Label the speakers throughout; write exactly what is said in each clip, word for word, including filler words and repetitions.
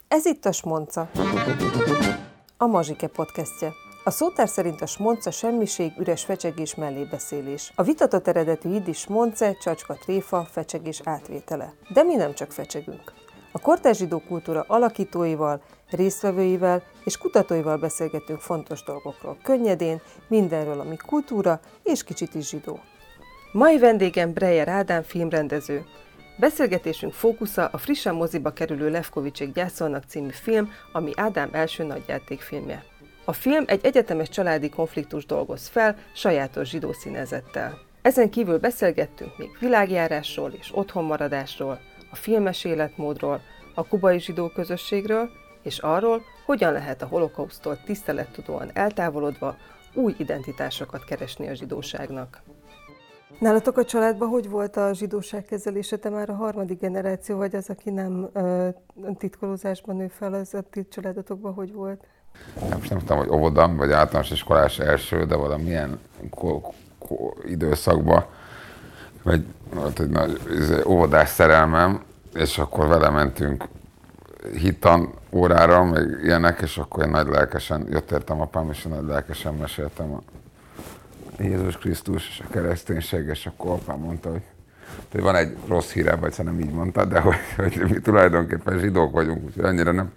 Speaker 1: Ez itt a Smonca, a Mazsike podcastje. A szótár szerint a smonca semmiség, üres fecsegés, mellébeszélés. A vitatott eredetű jiddis smonce, csacska, tréfa, fecsegés átvétele. De mi nem csak fecsegünk. A kortárs zsidó kultúra alakítóival, résztvevőivel és kutatóival beszélgetünk fontos dolgokról, könnyedén, mindenről, ami kultúra és kicsit is zsidó. Mai vendégem Breyer Ádám filmrendező. Beszélgetésünk fókusza a frissen moziba kerülő Lefkovicsék gyászolnak című film, ami Ádám első nagyjátékfilmje. A film egy egyetemes családi konfliktus dolgoz fel, sajátos zsidó színezettel. Ezen kívül beszélgettünk még világjárásról és otthonmaradásról, a filmes életmódról, a kubai zsidó közösségről, és arról, hogyan lehet a holokausztól tisztelettudóan eltávolodva új identitásokat keresni a zsidóságnak. Nálatok a családban hogy volt a zsidóság kezelése? Te már a harmadik generáció vagy az, aki nem ö, titkolózásban nő fel, az a ti családotokban hogy volt?
Speaker 2: Nem, most nem tudom, hogy óvoda, vagy általános iskolás első, de valamilyen ko- ko- időszakban, vagy volt egy nagy óvodás szerelmem, és akkor vele mentünk hittan órára, meg ilyenek, és akkor én nagy lelkesen, jött értem apám, és én nagy lelkesen meséltem a Jézus Krisztus és a kereszténység, és akkor apám mondta, hogy, hogy van egy rossz híre, vagy szerintem így mondta, de hogy, hogy mi tulajdonképpen zsidók vagyunk, úgyhogy annyira nem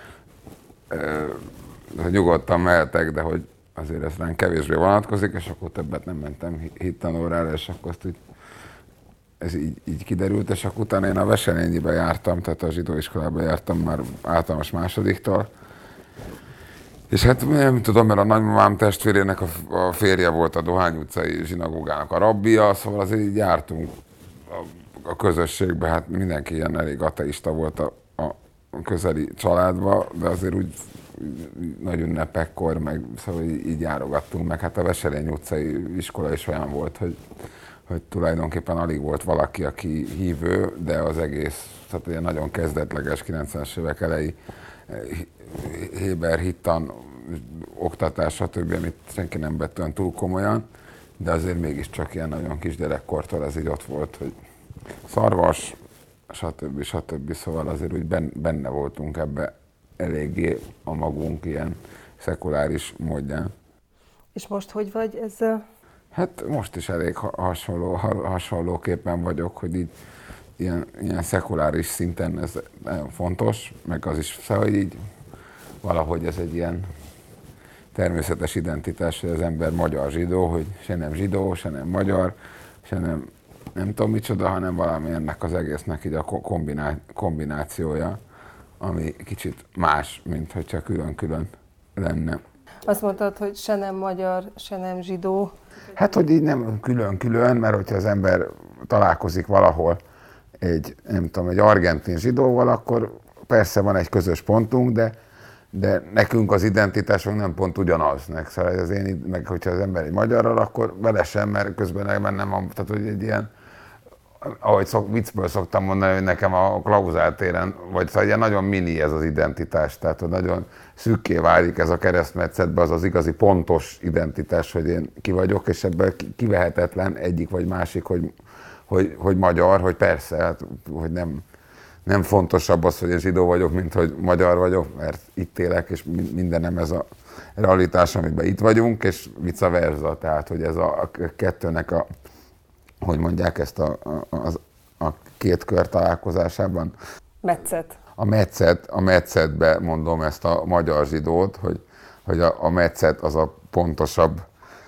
Speaker 2: hogy nyugodtan mehetek, de hogy azért ez ránk kevésbé vonatkozik, és akkor többet nem mentem hittanórára, és akkor azt úgy, ez így, így kiderült, és akkor utána én a Veselényibe jártam, tehát a zsidóiskolába jártam már általános másodiktól. És hát nem tudom, mert a nagymamám testvérének a, a férje volt a Dohány utcai zsinagógának a rabbija, szóval azért így jártunk a, a közösségbe, hát mindenki ilyen elég ateista volt a, a közeli családban, de azért úgy nagy ünnepekkor, meg szóval így járogattunk meg. Hát a Veselény utcai iskola is olyan volt, hogy, hogy tulajdonképpen alig volt valaki, aki hívő, de az egész, tehát ilyen nagyon kezdetleges kilencvenes évek elejé héber hittan oktatás, stb., amit senki nem vett olyan túl komolyan, de azért mégiscsak ilyen nagyon kisgyerekkortól ez így ott volt, hogy szarvas, stb. stb. Szóval azért úgy benne voltunk ebbe eléggé a magunk ilyen szekuláris módján.
Speaker 1: És most hogy vagy ezzel?
Speaker 2: Hát most is elég hasonló, hasonlóképpen vagyok, hogy így ilyen, ilyen szekuláris szinten ez nagyon fontos, meg az is, szóval így valahogy ez egy ilyen természetes identitás, hogy az ember magyar zsidó, hogy se nem zsidó, se nem magyar, se nem nem tudom micsoda, hanem valami ennek az egésznek így a kombiná, kombinációja, ami kicsit más, mint hogyha külön-külön lenne.
Speaker 1: Azt mondtad, hogy se nem magyar, se nem zsidó.
Speaker 2: Hát, hogy így nem külön-külön, mert hogyha az ember találkozik valahol egy, nem tudom, egy argentin zsidóval, akkor persze van egy közös pontunk, de, de nekünk az identitásunk nem pont ugyanaz. Szóval az én, meg hogyha az ember egy magyarral, akkor vele sem, mert közben nem, tehát hogy egy ilyen, ahogy szok, viccből szoktam mondani, hogy nekem a Klauzál téren, vagy szóval ilyen nagyon mini ez az identitás, tehát hogy nagyon szűkké válik ez a keresztmetszetbe az az igazi pontos identitás, hogy én ki vagyok, és ebből kivehetetlen egyik vagy másik, hogy, hogy, hogy magyar, hogy persze, hát, hogy nem, nem fontosabb az, hogy én zsidó vagyok, mint hogy magyar vagyok, mert itt élek, és mindenem ez a realitás, amiben itt vagyunk, és vice versa, tehát hogy ez a, a kettőnek a hogy mondják ezt a, a, a két kör találkozásában.
Speaker 1: Metszet.
Speaker 2: A metszet, a metszetbe mondom ezt a magyar zsidót, hogy, hogy a, a metszet az a pontosabb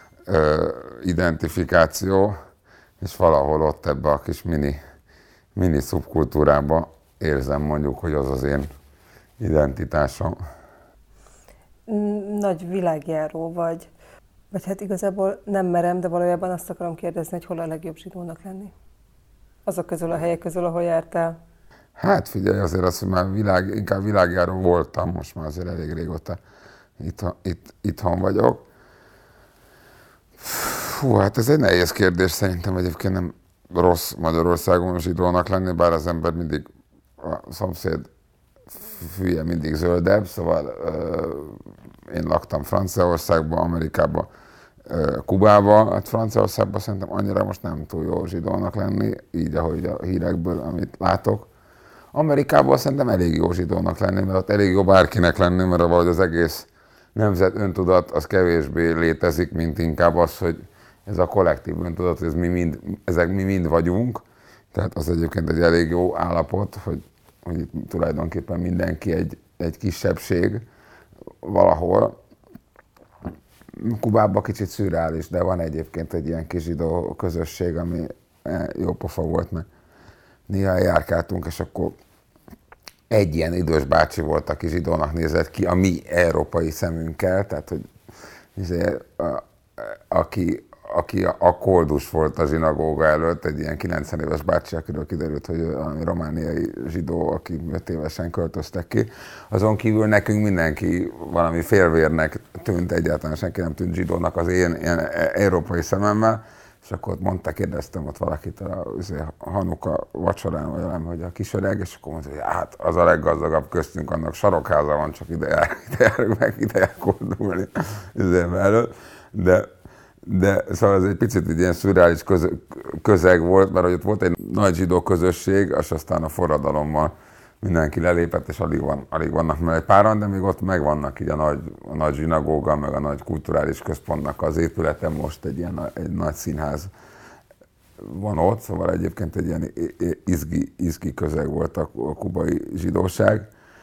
Speaker 2: ö, identifikáció, és valahol ott ebbe a kis mini, mini szubkultúrába érzem mondjuk, hogy az az én identitásom.
Speaker 1: Nagy világjáró vagy. Vagy hát igazából nem merem, de valójában azt akarom kérdezni, hogy hol a legjobb zsidónak lenni? Azok közül a helyek közül, ahol jártál?
Speaker 2: Hát figyelj, azért az, hogy már világ, inkább világjáró voltam, most már azért elég régóta itt, itt, itthon vagyok. Fú, hát ez egy nehéz kérdés, szerintem egyébként nem rossz Magyarországon zsidónak lenni, bár az ember mindig, a szomszéd fülye mindig zöldebb, szóval euh, én laktam Franciaországban, Amerikában, euh, Kubában, hát Franciaországban szerintem annyira most nem túl jó zsidónak lenni, így ahogy a hírekből, amit látok. Amerikában szerintem elég jó zsidónak lenni, mert ott elég jó bárkinek lenni, mert valahogy az egész nemzet öntudat az kevésbé létezik, mint inkább az, hogy ez a kollektív öntudat, hogy ez mi mind, ezek mi mind vagyunk. Tehát az egyébként egy elég jó állapot, hogy, hogy itt tulajdonképpen mindenki egy, egy kisebbség valahol. Kubában kicsit szürreális, de van egyébként egy ilyen kis zsidó közösség, ami jó pofa volt, mert néha járkáltunk, és akkor egy ilyen idős bácsi volt, aki zsidónak nézett ki a mi európai szemünkkel, tehát hogy azért, a, aki, aki a koldus volt a zsinagóga előtt, egy ilyen kilencven éves bácsi, akiről kiderült, hogy valami romániai zsidó, aki öt évesen költöztek ki. Azon kívül nekünk mindenki valami félvérnek tűnt, egyáltalán senki nem tűnt zsidónak az én ilyen európai szememmel. És akkor ott mondta, kérdeztem ott valakit a, a Hanuka vacsorán, vagy valami, hogy a kisöreg, és akkor mondta, hogy hát az a leggazdagabb köztünk, annak sarokháza van, csak ide jár, ide jár meg, ide jár kordulni elő. De, de szóval ez egy picit egy ilyen szürreális köz, közeg volt, mert hogy ott volt egy nagy zsidó közösség, és aztán a forradalommal mindenki lelépett, és alig, van, alig vannak meg egy páran, de még ott megvannak így a nagy, a nagy zsinagóga, meg a nagy kulturális központnak az épülete, most egy ilyen egy nagy színház van ott, szóval egyébként egy ilyen izgi, izgi közeg volt a, a kubai zsidóság.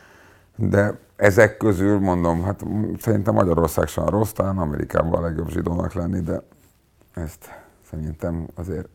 Speaker 2: De ezek közül mondom, hát szerintem Magyarország sem rossz, talán Amerikában a legjobb zsidónak lenni, de ezt szerintem azért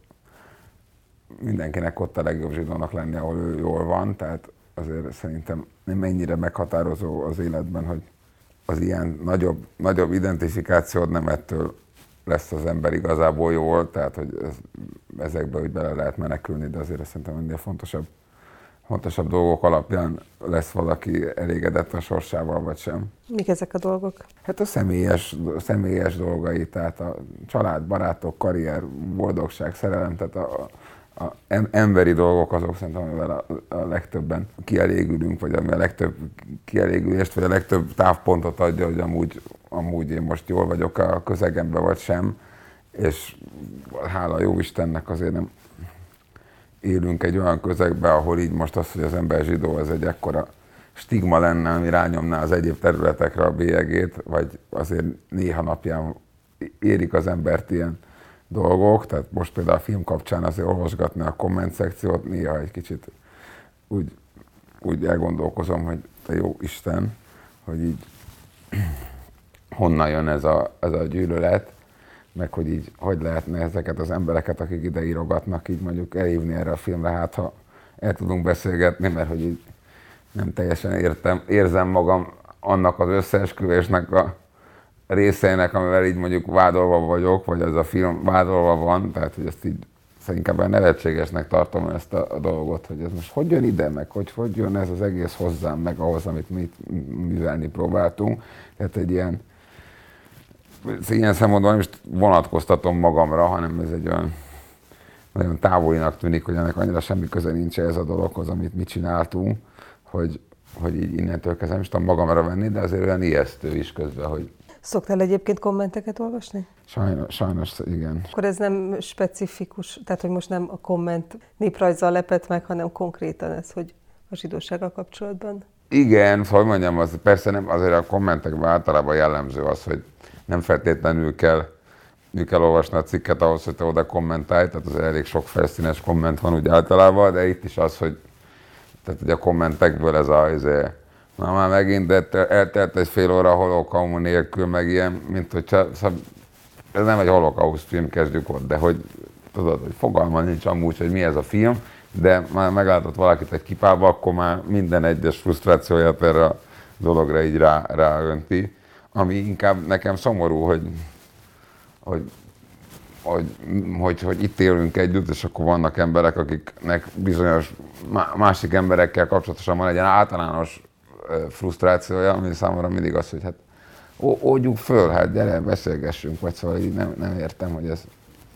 Speaker 2: mindenkinek ott a legjobb zsidónak lenni, ahol ő jól van, tehát azért szerintem nem mennyire meghatározó az életben, hogy az ilyen nagyobb, nagyobb identifikációd nem ettől lesz az ember igazából jól, tehát hogy ez, ezekbe úgy bele lehet menekülni, de azért szerintem ennél fontosabb, fontosabb dolgok alapján lesz valaki elégedett a sorsával, vagy sem.
Speaker 1: Mik ezek a dolgok?
Speaker 2: Hát a személyes, személyes dolgai, tehát a család, barátok, karrier, boldogság, szerelem, tehát a, a emberi dolgok azok szerintem, amivel a, a legtöbben kielégülünk, vagy ami a legtöbb kielégülést, vagy a legtöbb távpontot adja, hogy amúgy, amúgy én most jól vagyok a közegemben, vagy sem, és hála jó Istennek azért nem élünk egy olyan közegben, ahol így most az, hogy az ember zsidó, ez egy ekkora stigma lenne, ami rányomná az egyéb területekre a bélyegét, vagy azért néha napján érik az embert ilyen dolgok, tehát most például a film kapcsán azért olvasgatni a komment szekciót, néha egy kicsit úgy, úgy elgondolkozom, hogy te jó Isten, hogy így honnan jön ez a, ez a gyűlölet, meg hogy így hogy lehetne ezeket az embereket, akik ide írogatnak, így mondjuk elhívni erre a filmre, hát ha el tudunk beszélgetni, mert hogy így nem teljesen értem, érzem magam annak az összeesküvésnek a részeinek, amivel így mondjuk vádolva vagyok, vagy ez a film vádolva van, tehát hogy ezt így szerintem inkább nevetségesnek tartom ezt a, a dolgot, hogy ez most hogy jön ide, meg hogy hogy jön ez az egész hozzám, meg ahhoz, amit mi művelni próbáltunk. Tehát egy ilyen, ilyen szempontból nem is vonatkoztatom magamra, hanem ez egy olyan nagyon távolinak tűnik, hogy ennek annyira semmi köze nincs ez a dologhoz, amit mi csináltunk, hogy, hogy így innentől kezdve nem is tudom magamra venni, de azért olyan ijesztő is közben, hogy
Speaker 1: Szoktál egyébként kommenteket olvasni?
Speaker 2: Sajnos, sajnos igen.
Speaker 1: Akkor ez nem specifikus, tehát hogy most nem a komment néprajzzal lepett meg, hanem konkrétan ez, hogy a zsidósággal kapcsolatban?
Speaker 2: Igen, szóval mondjam, az persze nem, azért a kommentekben általában jellemző az, hogy nem feltétlenül kell, kell olvasni a cikket ahhoz, hogy te oda kommentálj, tehát azért elég sok felszínes komment van úgy általában, de itt is az, hogy, tehát, hogy a kommentekből ez a, azért, na már megint, de eltelt egy fél óra a holokaust nélkül, meg ilyen, mint hogyha, szóval ez nem egy holokauszt film, kezdjük ott, de hogy tudod, hogy fogalma nincs amúgy, hogy mi ez a film, de már meglátott valakit egy kipába, akkor már minden egyes frusztrációját erre a dologra így rá, ráönti, ami inkább nekem szomorú, hogy, hogy, hogy, hogy, hogy itt élünk együtt, és akkor vannak emberek, akiknek bizonyos másik emberekkel kapcsolatosan van egy általános frusztrációja, ami számomra mindig az, hogy hát oldjuk föl, hát gyere, beszélgessünk, vagy szóval így nem, nem értem, hogy ez,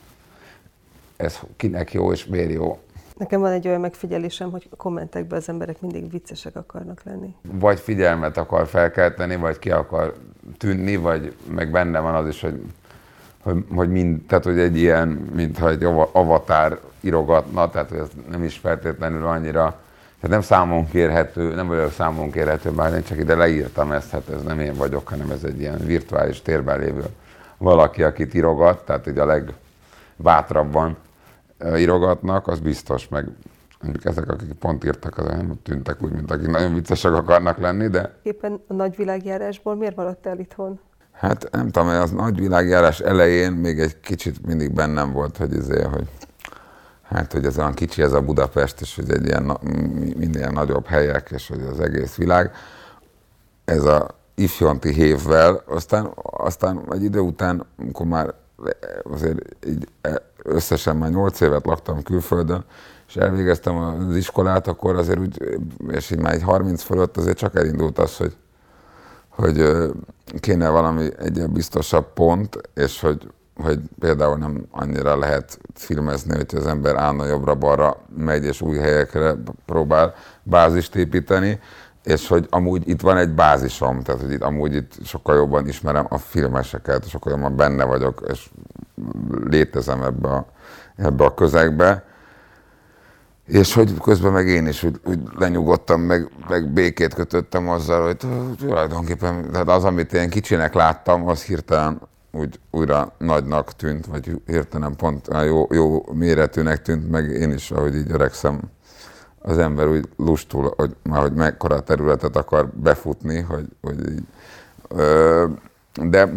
Speaker 2: ez kinek jó és miért jó.
Speaker 1: Nekem van egy olyan megfigyelésem, hogy a kommentekben az emberek mindig viccesek akarnak lenni.
Speaker 2: Vagy figyelmet akar felkelteni, vagy ki akar tűnni, vagy meg benne van az is, hogy, hogy, hogy, mind, tehát, hogy egy ilyen, mintha egy avatár írogatna, tehát hogy ez nem is feltétlenül annyira. tehát nem számon kérhető, nem vagyok számon kérhető, bár én csak ide leírtam ezt, hát ez nem én vagyok, hanem ez egy ilyen virtuális térben lévő valaki, akit írogat, tehát így a legbátrabban írogatnak, az biztos, meg ezek, akik pont írtak, azok nem tűntek úgy, mint akik nagyon viccesek akarnak lenni, de...
Speaker 1: Éppen a nagyvilágjárásból miért maradt el itthon?
Speaker 3: Hát nem tudom, az nagyvilágjárás elején még egy kicsit mindig bennem volt, hogy azért, hogy hát, hogy ez olyan kicsi ez a Budapest, és hogy egy ilyen, minden nagyobb helyek, és hogy az egész világ. Ez a ifjonti hévvel, aztán, aztán egy idő után, amikor már azért így összesen már nyolc évet laktam külföldön, és elvégeztem az iskolát, akkor azért úgy, és így már egy harminc fölött azért csak elindult az, hogy, hogy kéne valami egy biztosabb pont, és hogy, hogy például nem annyira lehet filmezni, hogy az ember állna jobbra-balra megy, és új helyekre próbál bázist építeni, és hogy amúgy itt van egy bázisom, tehát hogy itt, amúgy itt sokkal jobban ismerem a filmeseket, sokkal jobban benne vagyok, és létezem ebbe a, ebbe a közegbe. És hogy közben meg én is úgy, úgy lenyugodtam, meg, meg békét kötöttem azzal, hogy tulajdonképpen tehát az, amit én kicsinek láttam, az hirtelen úgy újra nagynak tűnt, vagy hirtelen pont jó, jó méretűnek tűnt, meg én is, ahogy így öregszem, az ember úgy lustul, hogy már hogy mekkora területet akar befutni, hogy, hogy így, ö, de,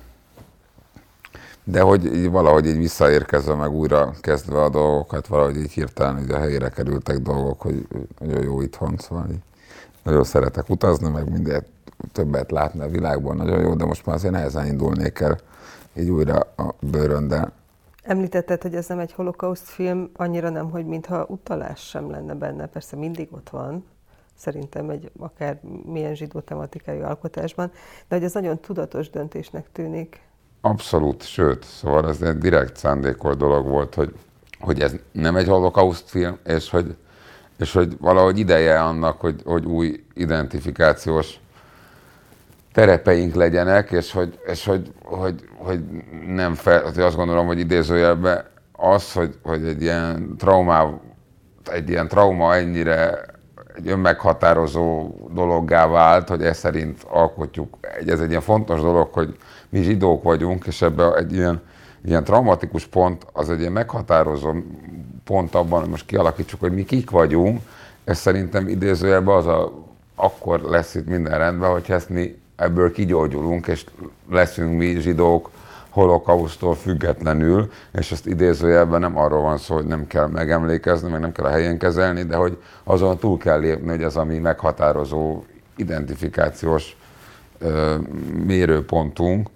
Speaker 3: de hogy így valahogy így visszaérkezve, meg újra kezdve a dolgokat, valahogy így hirtelen így a helyére kerültek dolgok, hogy nagyon jó itthon, szóval így nagyon szeretek utazni, meg mindent többet látni a világban, nagyon jó, de most már azért nehezen indulnék el így újra a bőrön, de
Speaker 1: Említetted, hogy ez nem egy holokauszt film, annyira nem, hogy mintha utalás sem lenne benne, persze mindig ott van, szerintem egy akár milyen zsidó tematikájú alkotásban, de hogy ez nagyon tudatos döntésnek tűnik.
Speaker 2: Abszolút, sőt, szóval ez egy direkt szándékolt dolog volt, hogy, hogy ez nem egy holokauszt film, és hogy, és hogy valahogy ideje annak, hogy, hogy új identifikációs terepeink legyenek, és hogy, és hogy, hogy, hogy nem fel, hogy azt gondolom, hogy idézőjelben az, hogy, hogy egy ilyen traumá, egy ilyen trauma ennyire egy önmeghatározó dologgá vált, hogy ez szerint alkotjuk. Ez egy ilyen fontos dolog, hogy mi zsidók vagyunk, és ebben egy ilyen, ilyen traumatikus pont, az egy ilyen meghatározó pont abban, hogy most kialakítsuk, hogy mi kik vagyunk. Ez szerintem idézőjelben az a, akkor lesz itt minden rendben, hogyha ezt mi ebből kigyógyulunk, és leszünk mi zsidók holokausztól függetlenül, és ezt idézőjelben nem arról van szó, hogy nem kell megemlékezni, meg nem kell a helyén kezelni, de hogy azon túl kell lépni, hogy ez a mi meghatározó identifikációs ö, mérőpontunk,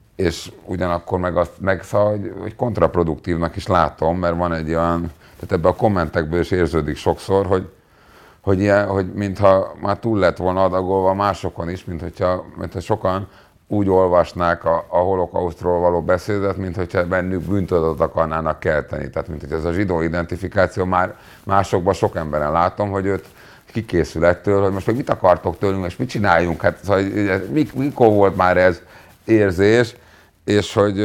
Speaker 2: és ugyanakkor meg azt meg, szóval, hogy, hogy kontraproduktívnak is látom, mert van egy olyan, tehát ebben a kommentekből is érződik sokszor, hogy hogy, ilyen, hogy mintha már túl lett volna adagolva másokon is, mint hogyha, mintha sokan úgy olvasnák a, a holokausztról való beszédet, mint hogyha bennük bűntudatot akarnának kelteni. Tehát, mint hogy ez a zsidó identifikáció már másokban sok emberen látom, hogy őt kikészül ettől, hogy most még mit akartok tőlünk, és mit csináljunk. Hát szóval, mikor volt már ez érzés, és hogy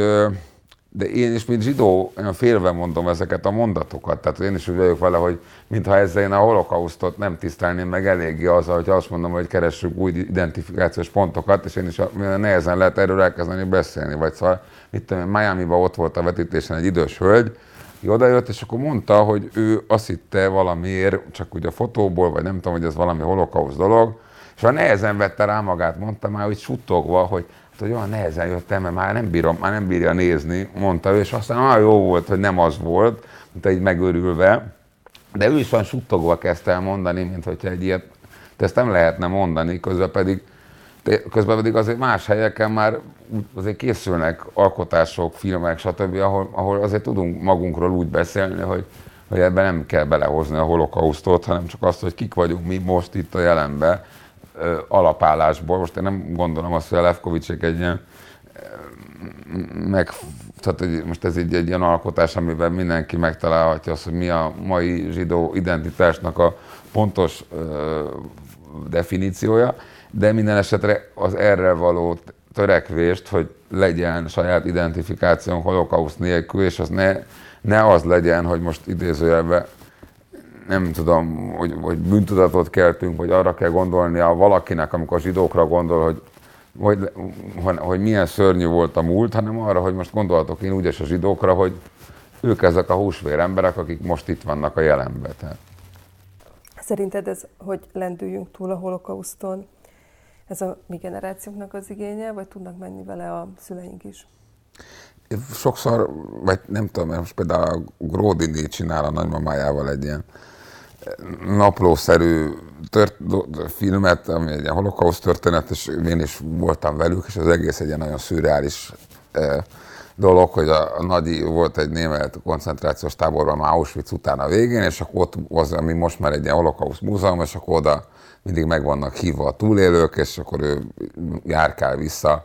Speaker 2: de én is, mint zsidó, olyan félve mondom ezeket a mondatokat. Tehát én is úgy vagyok vele, hogy mintha ezzel én a holokausztot nem tisztelném meg eléggé azzal, hogy azt mondom, hogy keressük új identifikációs pontokat, és én is nehezen lehet erről elkezdeni beszélni. Vagy szóval, mit tudom én, Miamiban ott volt a vetítésen egy idős hölgy, ki odajött, és akkor mondta, hogy ő azt hitte valamiért, csak úgy a fotóból, vagy nem tudom, hogy ez valami holokauszt dolog, és ha nehezen vette rá magát, mondta már, hogy suttogva, hogy hogy olyan nehezen jöttem, mert már nem, bírom, már nem bírja nézni, mondta ő, és aztán olyan jó volt, hogy nem az volt, mint egy megőrülve, de ő is olyan suttogva kezdte el mondani, mint hogyha egy ilyet, de ezt nem lehetne mondani, közben pedig, közben pedig azért más helyeken már azért készülnek alkotások, filmek, stb., ahol, ahol azért tudunk magunkról úgy beszélni, hogy, hogy ebben nem kell belehozni a holokausztot, hanem csak azt, hogy kik vagyunk mi most itt a jelenben, alapállásból. Most én nem gondolom azt, hogy a Lefkovicsék egy ilyen, meg, tehát most ez egy, egy ilyen alkotás, amiben mindenki megtalálhatja azt, hogy mi a mai zsidó identitásnak a pontos ö, definíciója, de minden esetre az erre való törekvést, hogy legyen saját identifikációnk holokauszt nélkül, és az ne, ne az legyen, hogy most idézőjelben nem tudom, hogy, hogy bűntudatot keltünk, vagy arra kell gondolnia valakinek, amikor a zsidókra gondol, hogy, hogy, hogy, hogy milyen szörnyű volt a múlt, hanem arra, hogy most gondolhatok én úgy is a zsidókra, hogy ők ezek a húsvér emberek, akik most itt vannak a jelenben. Tehát.
Speaker 1: Szerinted ez, hogy lendüljünk túl a holokauszton, ez a mi generációknak az igénye, vagy tudnak menni vele a szüleink is?
Speaker 2: Sokszor, vagy nem tudom, most például a Grodini csinál a nagymamájával egy ilyen naplószerű tört, filmet, ami egy ilyen holokauszt történet, és én is voltam velük, és az egész egy ilyen nagyon szürreális eh, dolog, hogy a, a Nagyi volt egy német koncentrációs táborban már Auschwitz után a végén, és akkor ott az, ami most már egy ilyen holokauszt múzeum, és akkor oda mindig meg vannak hívva a túlélők, és akkor ő járkál vissza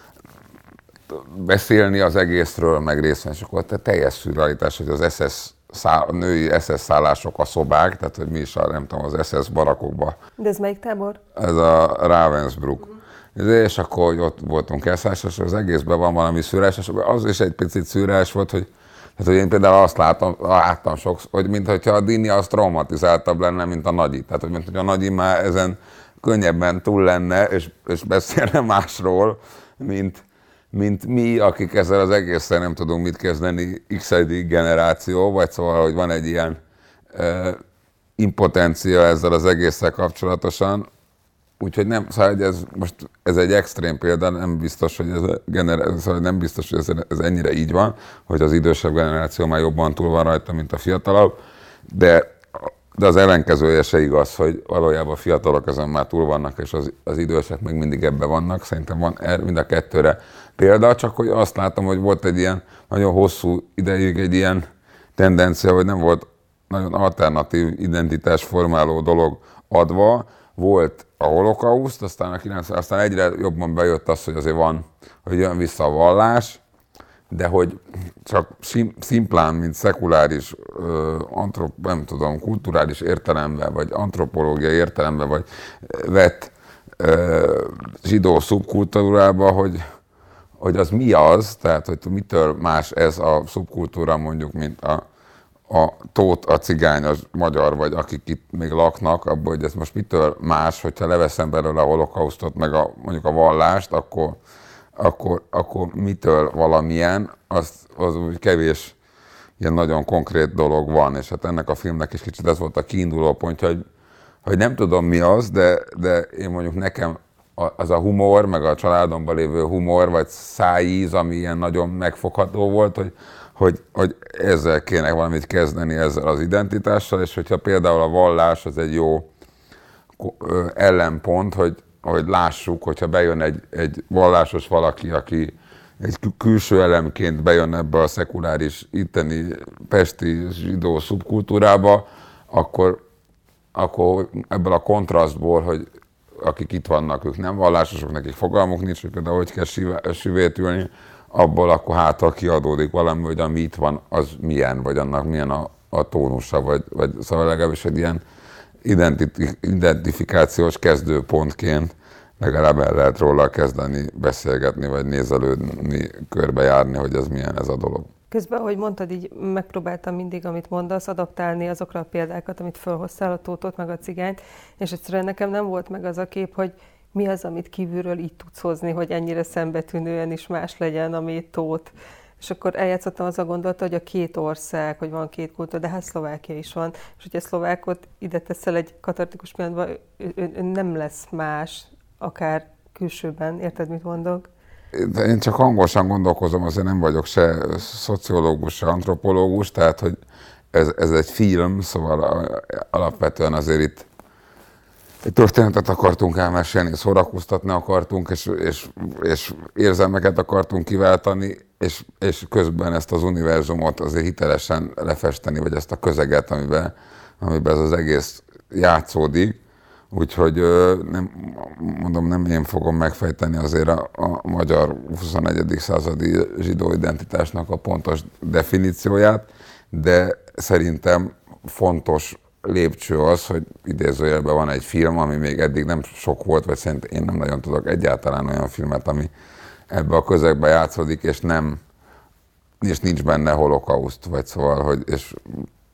Speaker 2: beszélni az egészről, meg részben, és akkor teljes szürrealitás, hogy az es es szá, a női es es szállások a szobák, tehát hogy mi is a, nem tudom, az es es barakokban.
Speaker 1: De ez melyik tábor?
Speaker 2: Ez a Ravensbrück. Uh-huh. És akkor ott voltunk elszállásos, az egészben van valami szürreális, és az is egy picit szürreális volt, hogy, hát, hogy én például azt látom, láttam sokszor, hogy mintha a Dini az traumatizáltabb lenne, mint a Nagyi. Tehát, hogy mint hogy a Nagyi már ezen könnyebben túl lenne, és, és beszélne másról, mint mint mi, akik ezzel az egészen nem tudunk mit kezdeni, x-edik generáció, vagy szóval, hogy van egy ilyen uh, impotencia ezzel az egésszel kapcsolatosan. Úgyhogy nem, szóval ez most ez egy extrém példa, nem biztos, hogy ez, a genera- szóval nem biztos, hogy ez, ez ennyire így van, hogy az idősebb generáció már jobban túl van rajta, mint a fiatalabb, de De az ellenkezője se igaz, hogy valójában a fiatalok ezen már túl vannak, és az, az idősek még mindig ebben vannak. Szerintem van er, mind a kettőre példa, csak hogy azt látom, hogy volt egy ilyen nagyon hosszú ideig egy ilyen tendencia, hogy nem volt nagyon alternatív identitásformáló dolog adva. Volt a holokauszt, aztán, a kilencven, aztán egyre jobban bejött az, hogy azért van, hogy jön vissza a vallás, de hogy csak szimplán, mint szekuláris, antrop, nem tudom, kulturális értelemben, vagy antropológiai értelemben, vagy vett zsidó szubkultúrába, hogy, hogy az mi az, tehát hogy mitől más ez a szubkultúra mondjuk, mint a, a tót, a cigány, a magyar, vagy akik itt még laknak, abból, hogy ez most mitől más, hogyha leveszem belőle a holokausztot, meg a, mondjuk a vallást, akkor Akkor, akkor mitől valamilyen, az, az úgy kevés ilyen nagyon konkrét dolog van, és hát ennek a filmnek is kicsit ez volt a kiinduló pontja, hogy, hogy nem tudom mi az, de, de én mondjuk nekem az a humor, meg a családomban lévő humor, vagy szájíz, ami ilyen nagyon megfogható volt, hogy, hogy, hogy ezzel kéne valamit kezdeni, ezzel az identitással, és hogyha például a vallás az egy jó ellenpont, hogy hogy lássuk, hogyha bejön egy, egy vallásos valaki, aki egy külső elemként bejön ebbe a szekuláris, itteni pesti zsidó szubkultúrába, akkor, akkor ebből a kontrasztból, hogy akik itt vannak, ők nem vallásosok, nekik fogalmuk nincs, hogy például hogy kell süvétülni, abból akkor hátra kiadódik valami, hogy ami itt van, az milyen, vagy annak milyen a, a tónusa, vagy, vagy szóval legalábbis egy ilyen identifikációs kezdőpontként legalább el lehet róla kezdeni beszélgetni, vagy nézelődni, körbejárni, hogy ez milyen ez a dolog.
Speaker 1: Közben, ahogy mondtad, így megpróbáltam mindig, amit mondasz, adaptálni azokra a példákat, amit felhoztál, a tótot, meg a cigányt, és egyszerűen nekem nem volt meg az a kép, hogy mi az, amit kívülről így tudsz hozni, hogy ennyire szembetűnően is más legyen, ami tót. És akkor eljátszottam az a gondolata, hogy a két ország, hogy van két kultúra, de hát Szlovákia is van, és hogyha szlovákot ide teszel egy katartikus pillanatban, ő, ő, ő nem lesz más, akár külsőben. Érted, mit mondok?
Speaker 2: De én csak hangosan gondolkozom, azért nem vagyok se szociológus, se antropológus, tehát hogy ez, ez egy film, szóval alapvetően azért itt egy történetet akartunk elmesélni, szórakoztatni akartunk, és, és, és érzelmeket akartunk kiváltani, és, és közben ezt az univerzumot azért hitelesen lefesteni, vagy ezt a közeget, amiben, amiben ez az egész játszódik. Úgyhogy nem, mondom, nem én fogom megfejteni azért a, a magyar huszonegyedik századi zsidó identitásnak a pontos definícióját, de szerintem fontos lépcső az, hogy idézőjelben van egy film, ami még eddig nem sok volt, vagy szerintem én nem nagyon tudok egyáltalán olyan filmet, ami ebbe a közegbe játszódik, és nem, és nincs benne holokauszt, vagy szóval, hogy, és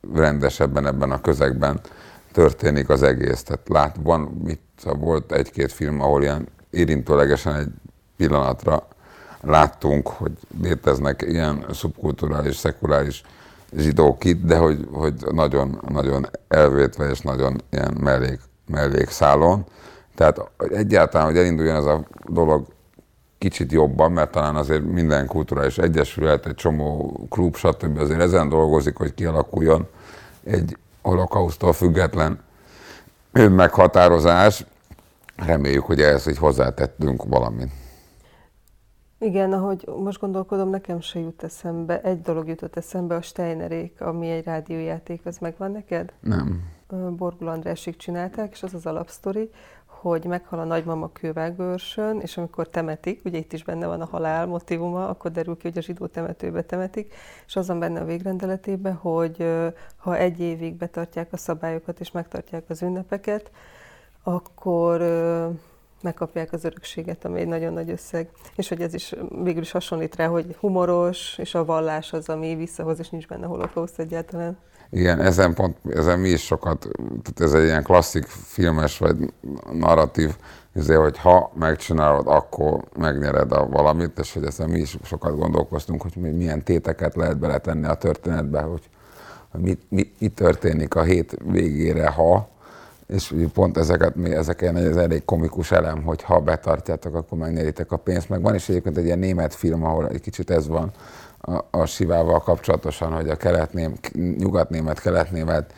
Speaker 3: rendesebben ebben a közegben történik az egész. Tehát lát, van, mit, volt egy-két film, ahol ilyen érintőlegesen egy pillanatra láttunk, hogy léteznek ilyen szubkulturális, szekuláris zsidók itt, de hogy, hogy nagyon, nagyon elvétve és nagyon ilyen mellék, mellékszálon. Tehát egyáltalán, hogy elinduljon ez a dolog kicsit jobban, mert talán azért minden kulturális egyesület, egy csomó klub, stb. Azért ezen dolgozik, hogy kialakuljon egy holokausztól független önmeghatározás. Reméljük, hogy ehhez így hozzátettünk valamit.
Speaker 1: Igen, ahogy most gondolkodom, nekem se jut eszembe. Egy dolog jutott eszembe, a Steinerék, ami egy rádiójáték, az megvan neked?
Speaker 2: Nem.
Speaker 1: Borgul Andrássik csinálták, és az az alapsztori, hogy meghal a nagymama kővágőrsön, és amikor temetik, ugye itt is benne van a halál motívuma, akkor derül ki, hogy a zsidó temetőbe temetik, és az van benne a végrendeletében, hogy ha egy évig betartják a szabályokat és megtartják az ünnepeket, akkor megkapják az örökséget, ami egy nagyon nagy összeg. És hogy ez is végül is hasonlít rá, hogy humoros, és a vallás az, ami visszahoz, és nincs benne holokauszt egyáltalán.
Speaker 3: Igen, ezen, pont, ezen mi is sokat, tehát ez egy ilyen klasszik filmes vagy narratív, azért, hogy ha megcsinálod, akkor megnyered a valamit, és hogy ezen mi is sokat gondolkoztunk, hogy milyen téteket lehet beletenni a történetbe, hogy, hogy mi, mi, mi történik a hét végére, ha, és pont ezeket, ezeken ez elég komikus elem, hogy ha betartjátok, akkor megnyeritek a pénzt. Meg van is egyébként egy ilyen német film, ahol egy kicsit ez van a, a Sivával kapcsolatosan, hogy a keletném, nyugatnémet, keletnémet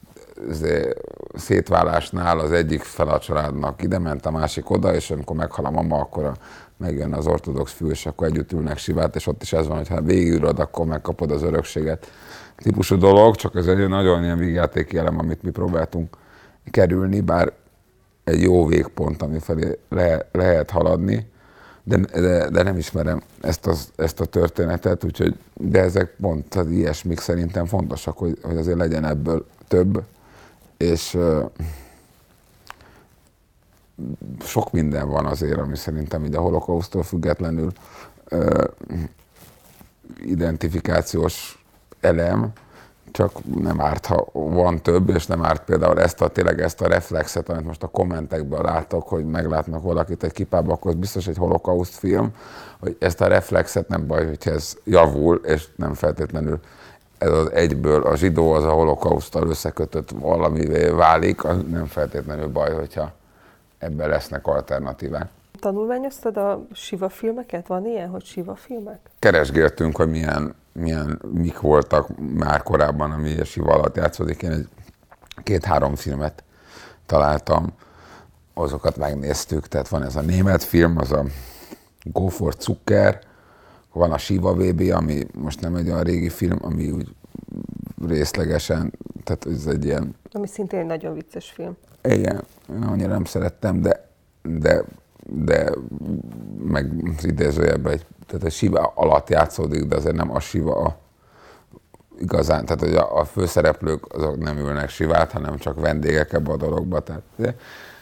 Speaker 3: szétválásnál az egyik fel a családnak ide ment, a másik oda, és amikor meghal a mama, akkor a, megjön az ortodox fiú, és akkor együtt ülnek Sivát, és ott is ez van, hogy ha végigülöd, akkor megkapod az örökséget. Típusú dolog, csak ez egy nagyon ilyen vígjátéki elem, amit mi próbáltunk kerülni, bár egy jó végpont, ami felé le, lehet haladni, de, de, de nem ismerem ezt, az, ezt a történetet, úgyhogy, de ezek pont az ilyesmik szerintem fontosak, hogy, hogy azért legyen ebből több, és uh, sok minden van azért, ami szerintem így a holokausztól függetlenül uh, identifikációs elem, csak nem árt, ha van több, és nem árt például ezt a, tényleg ezt a reflexet, amit most a kommentekben látok, hogy meglátnak valakit egy kipába, akkor az biztos egy holokauszt film, hogy ezt a reflexet nem baj, hogy ez javul, és nem feltétlenül ez az egyből a zsidó az a holokauszttal összekötött valamivé válik, az nem feltétlenül baj, hogyha ebben lesznek alternatívák.
Speaker 1: Tanulmányoztad a Siva filmeket? Van ilyen, hogy Siva filmek?
Speaker 3: Keresgéltünk, hogy milyen, milyen, mik voltak már korábban, ami a Siva alatt játszódik. Én egy két-három filmet találtam, azokat megnéztük. Tehát van ez a német film, az a Go for Zucker, van a Siva vé bé, ami most nem egy olyan régi film, ami úgy részlegesen, tehát ez egy ilyen...
Speaker 1: Ami szintén egy nagyon vicces film.
Speaker 3: Igen, én annyira nem szerettem, de, de, de meg az idézőjelben egy, tehát a Siva alatt játszódik, de azért nem a Siva a igazán, tehát hogy a, a főszereplők azok nem ülnek Sivát, hanem csak vendégek ebbe a dologba. Tehát, de,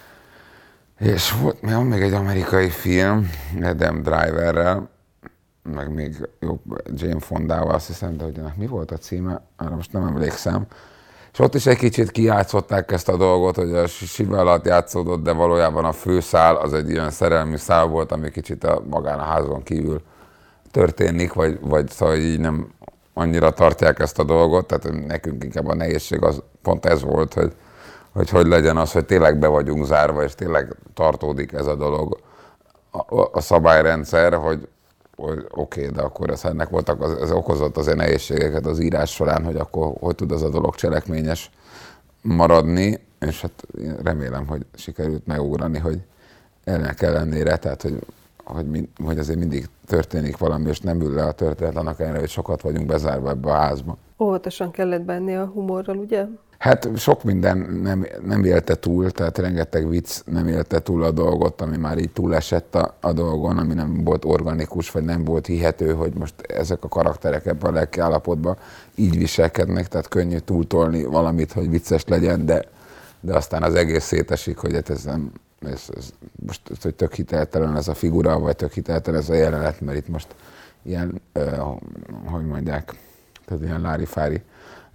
Speaker 3: és volt van még egy amerikai film, Adam Driverrel, meg még jobb Jane Fondával, azt hiszem, de hogy mi volt a címe, arra most nem emlékszem. És ott is egy kicsit kijátszották ezt a dolgot, hogy a Siva alatt játszódott, de valójában a főszál az egy ilyen szerelmi szál volt, ami kicsit a, magán a házon kívül történik, vagy, vagy szóval így nem annyira tartják ezt a dolgot, tehát nekünk inkább a nehézség az pont ez volt, hogy hogy, hogy legyen az, hogy tényleg be vagyunk zárva, és tényleg tartódik ez a dolog, a, a szabályrendszer, hogy hogy oké, okay, de akkor ez, ennek voltak, az, ez okozott azért nehézségeket az írás során, hogy akkor hogy tud az a dolog cselekményes maradni, és hát remélem, hogy sikerült megugrani, hogy ennek ellenére, tehát hogy, hogy, hogy azért mindig történik valami, és nem ül le a történet, annak ellenére, hogy sokat vagyunk bezárva ebbe a házba.
Speaker 1: Óvatosan kellett bánni a humorral, ugye?
Speaker 3: Hát sok minden nem, nem élte túl, tehát rengeteg vicc nem élte túl a dolgot, ami már így túlesett a, a dolgon, ami nem volt organikus, vagy nem volt hihető, hogy most ezek a karakterek ebben a lelki állapotban így viselkednek, tehát könnyű túltolni valamit, hogy vicces legyen, de, de aztán az egész szétesik, hogy hát ez nem, ez, ez, most hogy tök hiteltelen ez a figura, vagy tök hiteltelen ez a jelenet, mert itt most ilyen, uh, hogy mondják, tehát ilyen lári-fári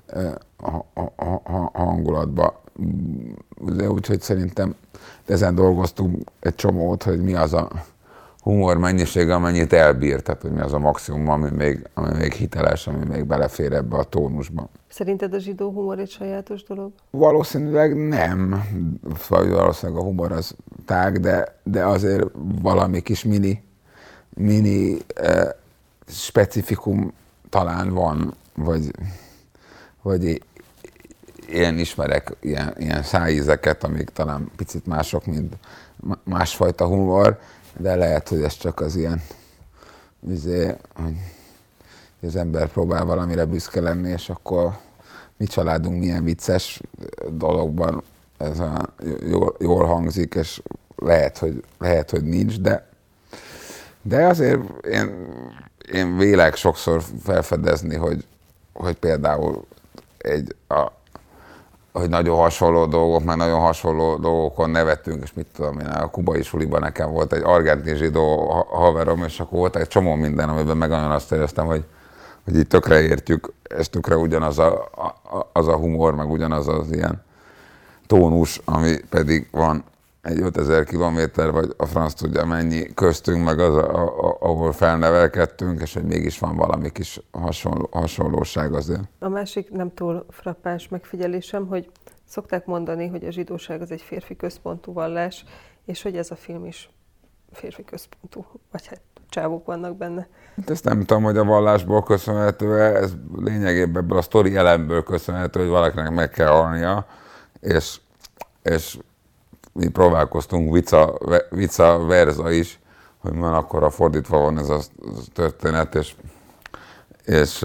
Speaker 2: a, a, a hangulatba. De úgyhogy szerintem ezen dolgoztunk egy csomót, hogy mi az a humor mennyiség, amennyit elbír, tehát hogy mi az a maximum, ami még, ami még hiteles, ami még belefér ebbe a tónusba.
Speaker 1: Szerinted a zsidó humor egy sajátos dolog?
Speaker 2: Valószínűleg nem. Valószínűleg a humor az tág, de, de azért valami kis mini, mini eh, specifikum talán van, vagy, vagy én ismerek ilyen, ilyen szájízeket, amik talán picit mások, mint másfajta humor, de lehet, hogy ez csak az ilyen, azért, hogy az ember próbál valamire büszke lenni, és akkor mi családunk milyen vicces dologban ez a, jól, jól hangzik, és lehet, hogy, lehet, hogy nincs, de, de azért én, én vélek sokszor felfedezni, hogy, hogy például egy, a, hogy nagyon hasonló dolgok, meg nagyon hasonló dolgokon nevettünk, és mit tudom én, a kubai suliban nekem volt egy argentin zsidó haverom, és akkor volt egy csomó minden, amiben meg nagyon azt éreztem, hogy, hogy így tökre értjük, és tökre ugyanaz a, a, az a humor, meg ugyanaz az ilyen tónus, ami pedig van egy ötezer kilométer, vagy a franc tudja mennyi köztünk, meg az, a, a, ahol felnevelkedtünk, és hogy mégis van valami kis hasonló, hasonlóság azért.
Speaker 1: A másik nem túl frappáns megfigyelésem, hogy szokták mondani, hogy a zsidóság az egy férfi központú vallás, és hogy ez a film is férfi központú, vagy hát csávok vannak benne.
Speaker 3: Hát ezt nem tudom, hogy a vallásból köszönhető, ez lényegében ebből a sztori elemből köszönhető, hogy valakinek meg kell halnia, és, és mi próbálkoztunk vica, vica verza is, hogy van akkor a fordítva van ez a történet, és, és,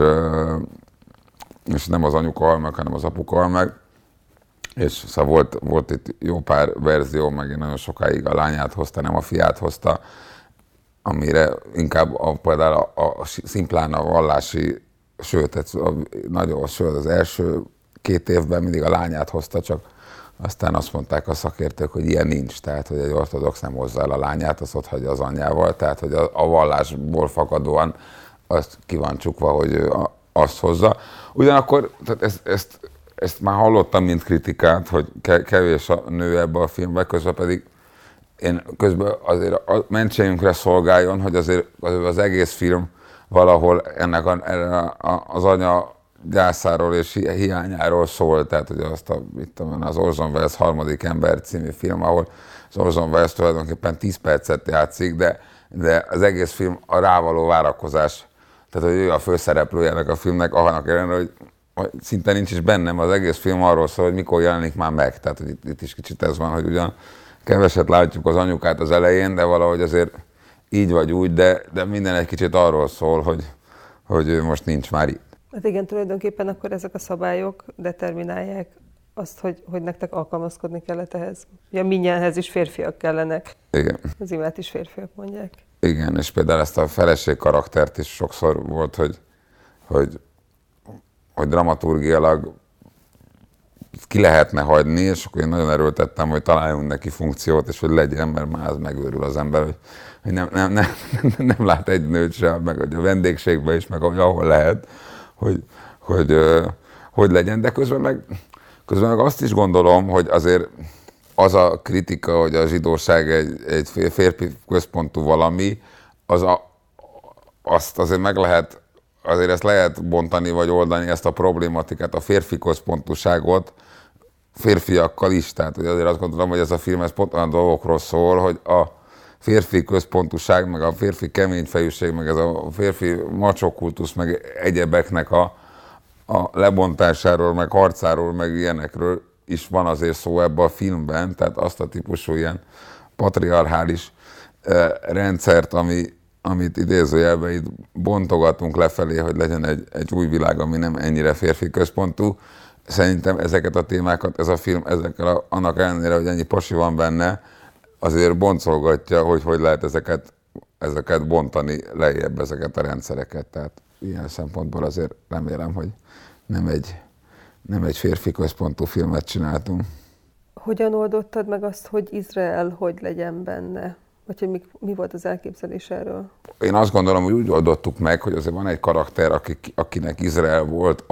Speaker 3: és nem az anyuka hal meg, hanem az apuka hal meg. És szóval volt, volt itt jó pár verzió, meg én nagyon sokáig a lányát hozta, nem a fiát hozta, amire inkább a, például a, a, szimplán a vallási, sőt, a, nagyon sőt, az első két évben mindig a lányát hozta, csak aztán azt mondták a szakértők, hogy ilyen nincs, tehát hogy egy ortodox nem hozza el a lányát, azt ott hagyja az anyjával, tehát hogy a, a vallásból fakadóan azt ki van csukva, hogy ő a, azt hozza. Ugyanakkor tehát ezt, ezt, ezt már hallottam, mint kritikát, hogy kevés a nő ebbe a filmbe, közben pedig én közben azért a mentségünkre szolgáljon, hogy azért az egész film valahol ennek a, az anya gyászáról és hiányáról szól, tehát hogy azt a, mit tudom, az Orson Welles Harmadik ember című film, ahol az Orson Welles tulajdonképpen tíz percet játszik, de, de az egész film a rávaló várakozás, tehát hogy ő a főszereplőjének a filmnek, annak ellenére, hogy, hogy szinte nincs is bennem, az egész film arról szól, hogy mikor jelenik már meg, tehát hogy itt, itt is kicsit ez van, hogy ugyan keveset látjuk az anyukát az elején, de valahogy azért így vagy úgy, de, de minden egy kicsit arról szól, hogy, hogy ő most nincs már itt.
Speaker 1: Hát igen, tulajdonképpen akkor ezek a szabályok determinálják azt, hogy, hogy nektek alkalmazkodni kellett ehhez. Ja, mindjárt is férfiak kellenek.
Speaker 3: Igen.
Speaker 1: Az imát is férfiak mondják.
Speaker 3: Igen, és például ezt a feleség karaktert is sokszor volt, hogy, hogy, hogy dramaturgiailag ki lehetne hagyni, és akkor én nagyon erőltettem, hogy találjunk neki funkciót, és hogy legyen, mert már az megőrül az ember, hogy, hogy nem, nem, nem, nem lát egy nőt sem, meg hogy a vendégségben is, meg ahol lehet, hogy, hogy, hogy legyen, de közben meg, közben meg azt is gondolom, hogy azért az a kritika, hogy a zsidóság egy, egy férfi központú valami, az a, azt azért meg lehet, azért ezt lehet bontani vagy oldani, ezt a problématikát, a férfi központúságot férfiakkal is. Tehát hogy azért azt gondolom, hogy ez a film ez pont olyan dolgokról szól, hogy a férfi központúság, meg a férfi keményfejűség, meg ez a férfi macsókultusz, meg egyebeknek a, a lebontásáról, meg harcáról, meg ilyenekről is van azért szó ebben a filmben, tehát azt a típusú ilyen patriarchális eh, rendszert, ami, amit idézőjelben itt bontogatunk lefelé, hogy legyen egy, egy új világ, ami nem ennyire férfi központú. Szerintem ezeket a témákat, ez a film, ezekkel a, annak ellenére, hogy ennyi pasi van benne, azért boncolgatja, hogy hogy lehet ezeket, ezeket bontani lejjebb, ezeket a rendszereket. Tehát ilyen szempontból azért remélem, hogy nem egy, nem egy férfi központú filmet csináltunk.
Speaker 1: Hogyan oldottad meg azt, hogy Izrael hogy legyen benne? Vagy hogy mi, mi volt az elképzelés erről?
Speaker 3: Én azt gondolom, hogy úgy oldottuk meg, hogy azért van egy karakter, aki, akinek Izrael volt a,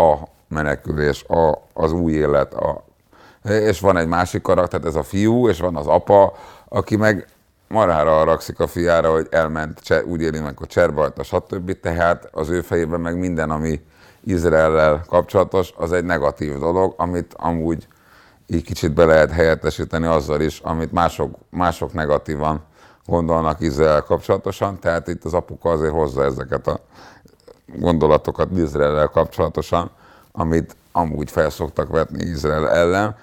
Speaker 3: menekülés, a, az új élet, a, és van egy másik karakter, ez a fiú, és van az apa, aki meg marhára haragszik a fiára, hogy elment, úgy éli meg, hogy cserbe hagyta, stb. Tehát az ő fejében meg minden, ami Izraellel kapcsolatos, az egy negatív dolog, amit amúgy így kicsit be lehet helyettesíteni azzal is, amit mások, mások negatívan gondolnak Izrael kapcsolatosan, tehát itt az apuka azért hozza ezeket a gondolatokat Izraellel kapcsolatosan, amit amúgy felszoktak vetni Izrael ellen,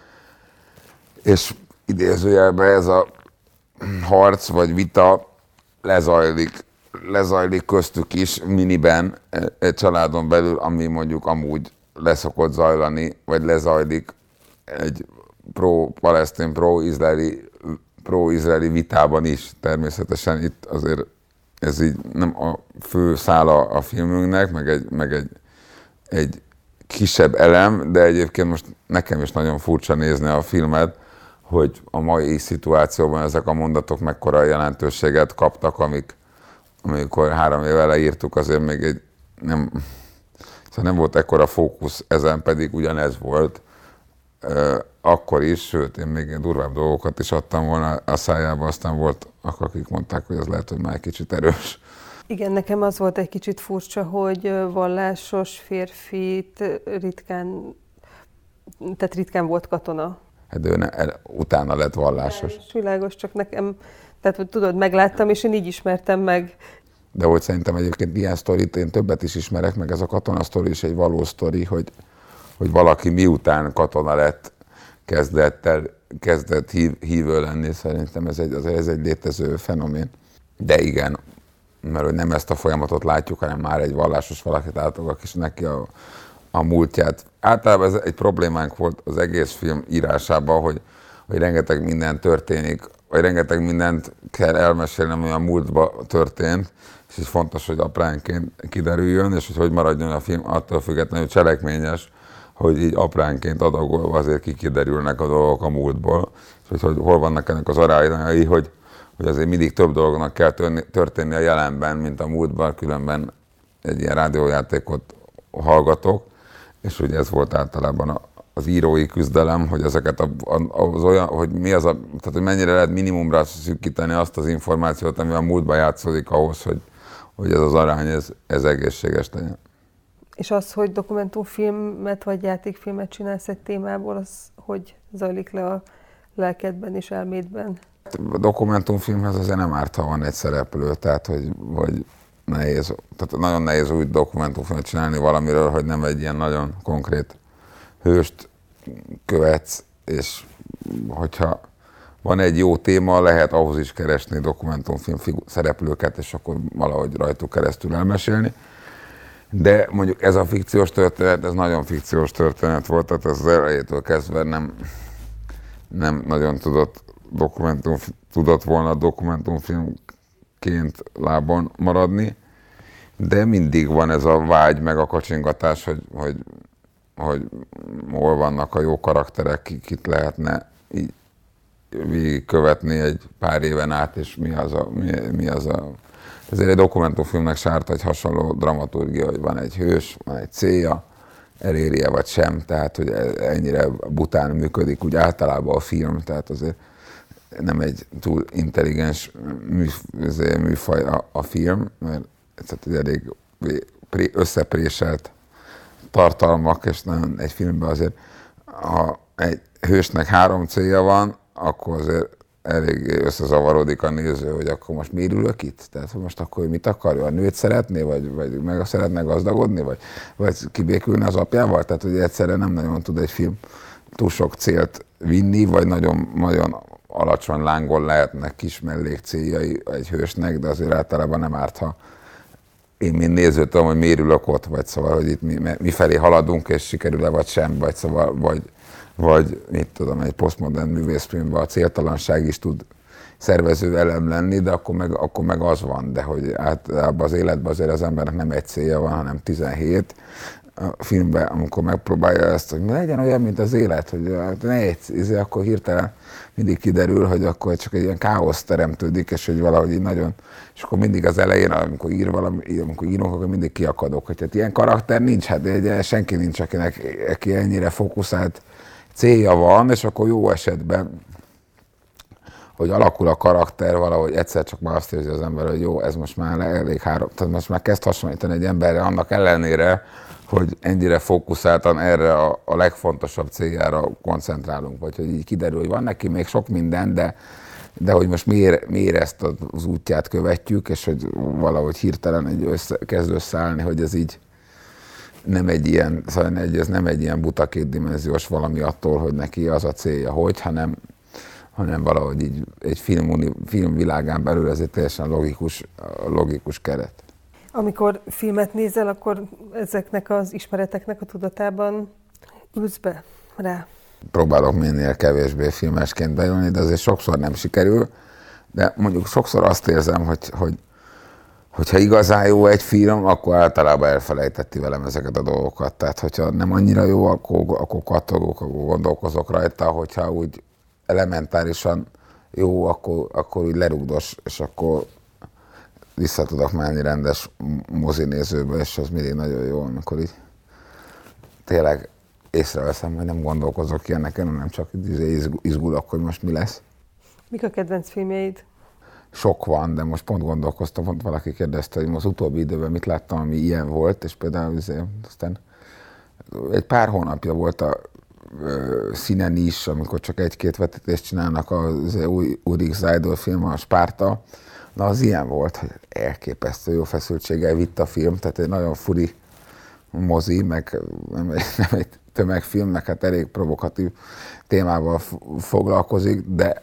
Speaker 3: és idézőjelben ez a harc vagy vita lezajlik, lezajlik köztük is miniben egy családon belül, ami mondjuk amúgy leszokott zajlani, vagy lezajlik egy pro-palesztin, pro-izraeli, pro-izraeli vitában is. Természetesen itt azért ez így nem a fő szála a filmünknek, meg egy, meg egy, egy kisebb elem, de egyébként most nekem is nagyon furcsa nézni a filmet, hogy a mai szituációban ezek a mondatok mekkora jelentőséget kaptak, amik, amikor három éve leírtuk, azért még egy nem, szóval nem volt ekkora fókusz ezen, pedig ugyanez volt akkor is, sőt, én még durvább dolgokat is adtam volna a szájába, aztán volt, akik mondták, hogy ez lehet, hogy már egy kicsit erős.
Speaker 1: Igen, nekem az volt egy kicsit furcsa, hogy vallásos férfit ritkán, tehát ritkán volt katona.
Speaker 3: Hát ő ne, utána lett vallásos.
Speaker 1: Világos, világos, csak nekem, tehát hogy tudod, megláttam, és én így ismertem meg.
Speaker 3: De hogy szerintem egyébként ilyen sztorit én többet is ismerek, meg ez a katona sztori is egy valós sztori, hogy, hogy valaki miután katona lett, kezdett, el, kezdett hív, hívő lenni, szerintem ez egy, azért ez egy létező fenomén. De igen, mert hogy nem ezt a folyamatot látjuk, hanem már egy vallásos valakit átogak, és neki a, a múltját. Általában ez egy problémánk volt az egész film írásában, hogy, hogy rengeteg minden történik, vagy rengeteg mindent kell elmesélni, ami a múltban történt, és ez fontos, hogy apránként kiderüljön, és hogy hogy maradjon a film attól függetlenül cselekményes, hogy így apránként adagolva azért kikiderülnek a dolgok a múltból, és hogy, hogy hol vannak ennek az arányai, hogy, hogy azért mindig több dolognak kell történni a jelenben, mint a múltban, különben egy ilyen rádiójátékot hallgatok, és ugye ez volt általában az írói küzdelem, hogy ezeket a, az olyan, hogy mi az a, tehát hogy mennyire lehet minimumra szűkíteni azt az információt, ami a múltban játszódik ahhoz, hogy, hogy ez az arány, ez, ez egészséges legyen.
Speaker 1: És az, hogy dokumentumfilmet vagy játékfilmet csinálsz egy témából, az hogy zajlik le a lelkedben és elmédben?
Speaker 3: A dokumentumfilmhez azért nem árt, ha van egy szereplő, tehát hogy, hogy nehéz, tehát nagyon nehéz úgy dokumentumfilmet csinálni valamiről, hogy nem egy ilyen nagyon konkrét hőst követsz, és hogyha van egy jó téma, lehet ahhoz is keresni dokumentumfilm szereplőket, és akkor valahogy rajtuk keresztül elmesélni. De mondjuk ez a fikciós történet, ez nagyon fikciós történet volt, tehát ez az elejétől kezdve nem, nem nagyon tudott, dokumentum, tudott volna dokumentumfilmként lábon maradni, de mindig van ez a vágy, meg a kacsingatás, hogy, hogy, hogy hol vannak a jó karakterek, kit lehetne így végigkövetni egy pár éven át, és mi az a... Mi, mi az a ezért egy dokumentumfilmnek sárt egy hasonló dramaturgia, hogy van egy hős, van egy célja, eléri-e vagy sem, tehát hogy ennyire bután működik úgy általában a film, tehát azért nem egy túl intelligens műfaj a, a film, mert egy elég összepréselt tartalmak, és nagyon egy filmben azért, ha egy hősnek három célja van, akkor azért elég összezavarodik a néző, hogy akkor most miért ülök itt? Tehát most akkor mit akarja? A nőt szeretné, vagy, vagy meg szeretne gazdagodni, vagy, vagy kibékülni az apjával? Tehát, hogy egyszerre nem nagyon tud egy film túl sok célt vinni, vagy nagyon, nagyon alacsony lángon lehetnek kis mellék céljai egy hősnek, de azért általában nem árt, ha én mint néző tudom, hogy miért ülök ott, vagy szóval, hogy itt mi, mi felé haladunk, és sikerül-e vagy sem, vagy szóval, vagy vagy mit tudom, egy posztmodern művészfilmben a céltalanság is tud szervező elem lenni, de akkor meg, akkor meg az van, de hogy általában az életben azért az embernek nem egy célja van, hanem tizenhét, a filmben, amikor megpróbálja ezt, hogy legyen olyan, mint az élet, hogy ne egy, akkor hirtelen mindig kiderül, hogy akkor csak egy ilyen káosz teremtődik, és hogy valahogy így nagyon, és akkor mindig az elején, amikor ír valami, amikor írunk, akkor mindig kiakadok, hogy hát ilyen karakter nincs, hát egy, senki nincs, akinek aki ennyire fókuszált célja van, és akkor jó esetben, hogy alakul a karakter, valahogy egyszer csak már azt érzi az ember, hogy jó, ez most már elég három, tehát most már kezd hasonlítani egy emberre, annak ellenére, hogy ennyire fókuszáltan erre a, a legfontosabb céljára koncentrálunk, vagy hogy így kiderül, hogy van neki még sok minden, de, de hogy most miért, miért ezt az útját követjük, és hogy valahogy hirtelen egy össze, kezd összeállni, hogy ez így nem egy ilyen, szóval ez nem egy ilyen buta kétdimenziós valami attól, hogy neki az a célja, hogy, hanem, hanem valahogy így egy film, filmvilágán belül ez egy teljesen logikus, logikus keret.
Speaker 1: Amikor filmet nézel, akkor ezeknek az ismereteknek a tudatában ülsz be rá?
Speaker 3: Próbálok minél kevésbé filmesként beülni, de azért sokszor nem sikerül. De mondjuk sokszor azt érzem, hogy, hogy hogyha igazán jó egy film, akkor általában elfelejtetti velem ezeket a dolgokat. Tehát, hogyha nem annyira jó, akkor, akkor kattogok, akkor gondolkozok rajta, hogyha úgy elementárisan jó, akkor, akkor úgy lerugdos, és akkor vissza tudok menni rendes mozinézőbe, és az mindig nagyon jó, amikor így tényleg észreveszem, hogy nem gondolkozok ilyeneken, hanem csak izgulok, hogy most mi lesz.
Speaker 1: Mik a kedvenc filmjeid?
Speaker 3: Sok van, de most pont gondolkoztam, pont valaki kérdezte, hogy az utóbbi időben mit láttam, ami ilyen volt, és például azért, aztán egy pár hónapja volt a ö, színen is, amikor csak egy-két vetítést csinálnak az új Ulrich Seidel film, a Spárta. Na, az ilyen volt, hogy elképesztő jó feszültséggel vitt a film, tehát egy nagyon furi mozi, meg nem egy, nem egy tömegfilm, meg hát elég provokatív témával foglalkozik, de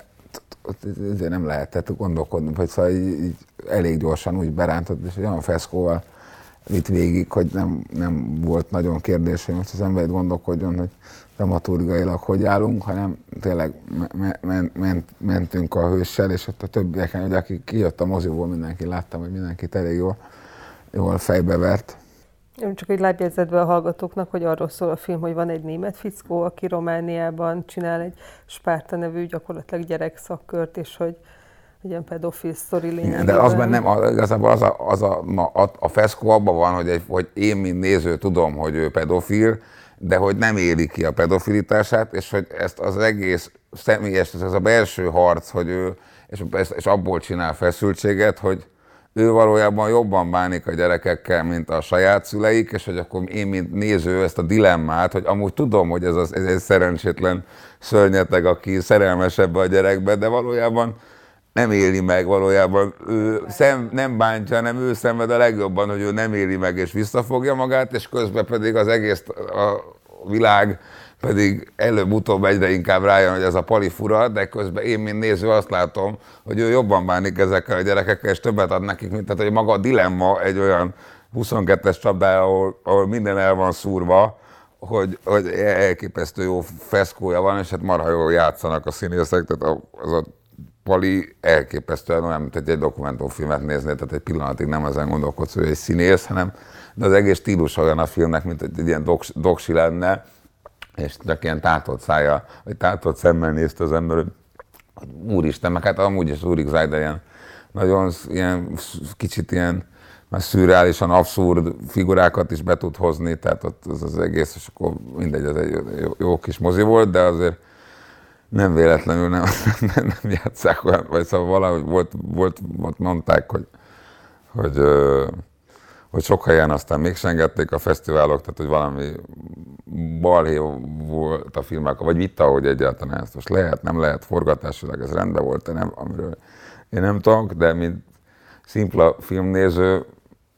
Speaker 3: ezért nem lehetett gondolkodni, hogy szóval így, így elég gyorsan úgy berántott, és olyan feszkóval vitt végig, hogy nem, nem volt nagyon kérdés, hogy most az ember gondolkodjon, hogy dramaturgailag hogy állunk, hanem tényleg me- me- ment, mentünk a hőssel, és ott a többieken, hogy aki kijött a moziból, mindenki láttam, hogy mindenkit elég jól, jól fejbevert.
Speaker 1: Én csak egy lábjegyzetbe a hallgatóknak, hogy arról szól a film, hogy van egy német fickó, aki Romániában csinál egy Spárta nevű gyakorlatilag gyerekszakkört, és hogy egy ilyen pedofil sztori lényegében.
Speaker 3: De azban nem, igazából az a, az a, na, a, a feszkó abban van, hogy, egy, hogy én, mint néző tudom, hogy ő pedofil, de hogy nem éli ki a pedofilitását, és hogy ezt az egész személyes, ez a belső harc, hogy ő, és, és abból csinál feszültséget, hogy ő valójában jobban bánik a gyerekekkel, mint a saját szüleik, és hogy akkor én, mint néző, ezt a dilemmát, hogy amúgy tudom, hogy ez, az, ez egy szerencsétlen szörnyeteg, aki szerelmes ebbe a gyerekbe, de valójában nem éli meg, valójában ő szem, nem bántja, hanem ő szenved a legjobban, hogy ő nem éli meg és visszafogja magát, és közben pedig az egész a világ pedig előbb-utóbb egyre inkább rájön, hogy ez a pali fura, de közben én, mint néző, azt látom, hogy ő jobban bánik ezekkel a gyerekekkel, és többet ad nekik, mint tehát, hogy maga a dilemma egy olyan huszonkettes csapdája, ahol, ahol minden el van szúrva, hogy, hogy elképesztő jó feszkója van, és hát marha jól játszanak a színészek, tehát az a pali elképesztően olyan, mint egy, egy dokumentumfilmet nézni, tehát egy pillanatig nem ezen gondolkodsz, hogy egy színész, hanem de az egész stílus olyan a filmnek, mint egy, egy ilyen doks, doksi lenne, és csak ilyen tátott szája, vagy tátott szemmel nézte az ember, hogy úristen, meg hát amúgy is Ulrich Seidel ilyen nagyon ilyen, kicsit ilyen már szürreálisan abszurd figurákat is be tud hozni, tehát ott az, az egész, és akkor mindegy, ez egy jó, jó kis mozi volt, de azért nem véletlenül nem, nem, nem játsszák olyan, vagy szóval valahogy volt, volt, volt mondták, hogy, hogy, hogy sok helyen aztán mégsem engedték a fesztiválok, tehát hogy valami balhé volt a filmek, vagy vita, hogy egyáltalán ezt most lehet, nem lehet, forgatásilag ez rendben volt, nem, amiről én nem tudok, de mint szimpla filmnéző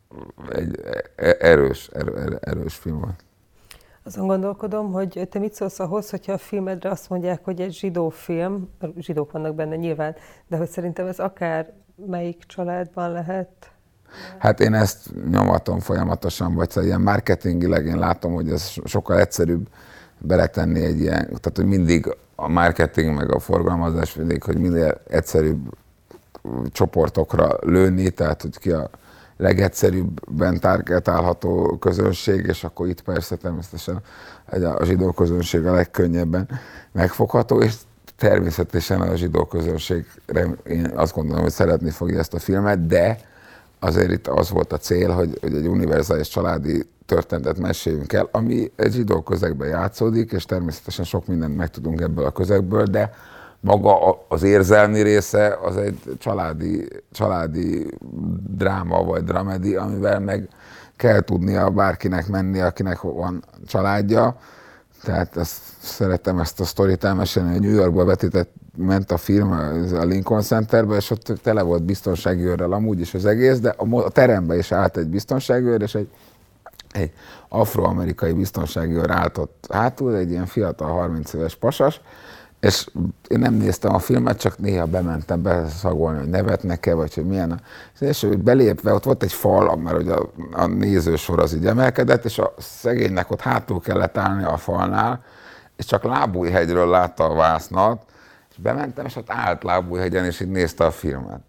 Speaker 3: egy erős, erő, erős film volt.
Speaker 1: Azon gondolkodom, hogy te mit szólsz ahhoz, hogyha a filmedre azt mondják, hogy egy zsidó film, zsidók vannak benne nyilván, de hogy szerintem ez akár melyik családban lehet?
Speaker 3: Hát én ezt nyomatom folyamatosan, vagy szóval ilyen marketingileg én látom, hogy ez sokkal egyszerűbb beletenni egy ilyen, tehát hogy mindig a marketing meg a forgalmazás mindig, hogy minél egyszerűbb csoportokra lőni, tehát hogy ki a
Speaker 2: legegyszerűbben targetálható közönség, és akkor itt persze természetesen a zsidó közönség a legkönnyebben megfogható, és természetesen a zsidó közönségre én azt gondolom, hogy szeretni fogja ezt a filmet, de azért itt az volt a cél, hogy, hogy egy univerzális családi történetet meséljünk el, ami egy zsidó közegben játszódik, és természetesen sok mindent megtudunk ebből a közegből, de maga az érzelmi része az egy családi, családi dráma vagy dramedi, amivel meg kell tudnia bárkinek menni, akinek van családja. Tehát ezt, szerettem ezt a sztorit elmesélni, hogy New Yorkba vetített, ment a film a Lincoln Centerbe, és ott tele volt biztonsági őrrel amúgy is az egész, de a, a terembe is állt egy biztonsági őr, és egy, egy afroamerikai biztonsági őr állt ott hátul, egy ilyen fiatal harminc éves pasas, és én nem néztem a filmet, csak néha bementem beszagolni, hogy nevetnek-e, vagy hogy milyen. A... És hogy belépve, ott volt egy fal, mert ugye a, a nézősor az így emelkedett, és a szegénynek ott hátul kellett állni a falnál, és csak Lábújhegyről látta a vásznat, és bementem, és ott állt Lábújhegyen, és így nézte a filmet.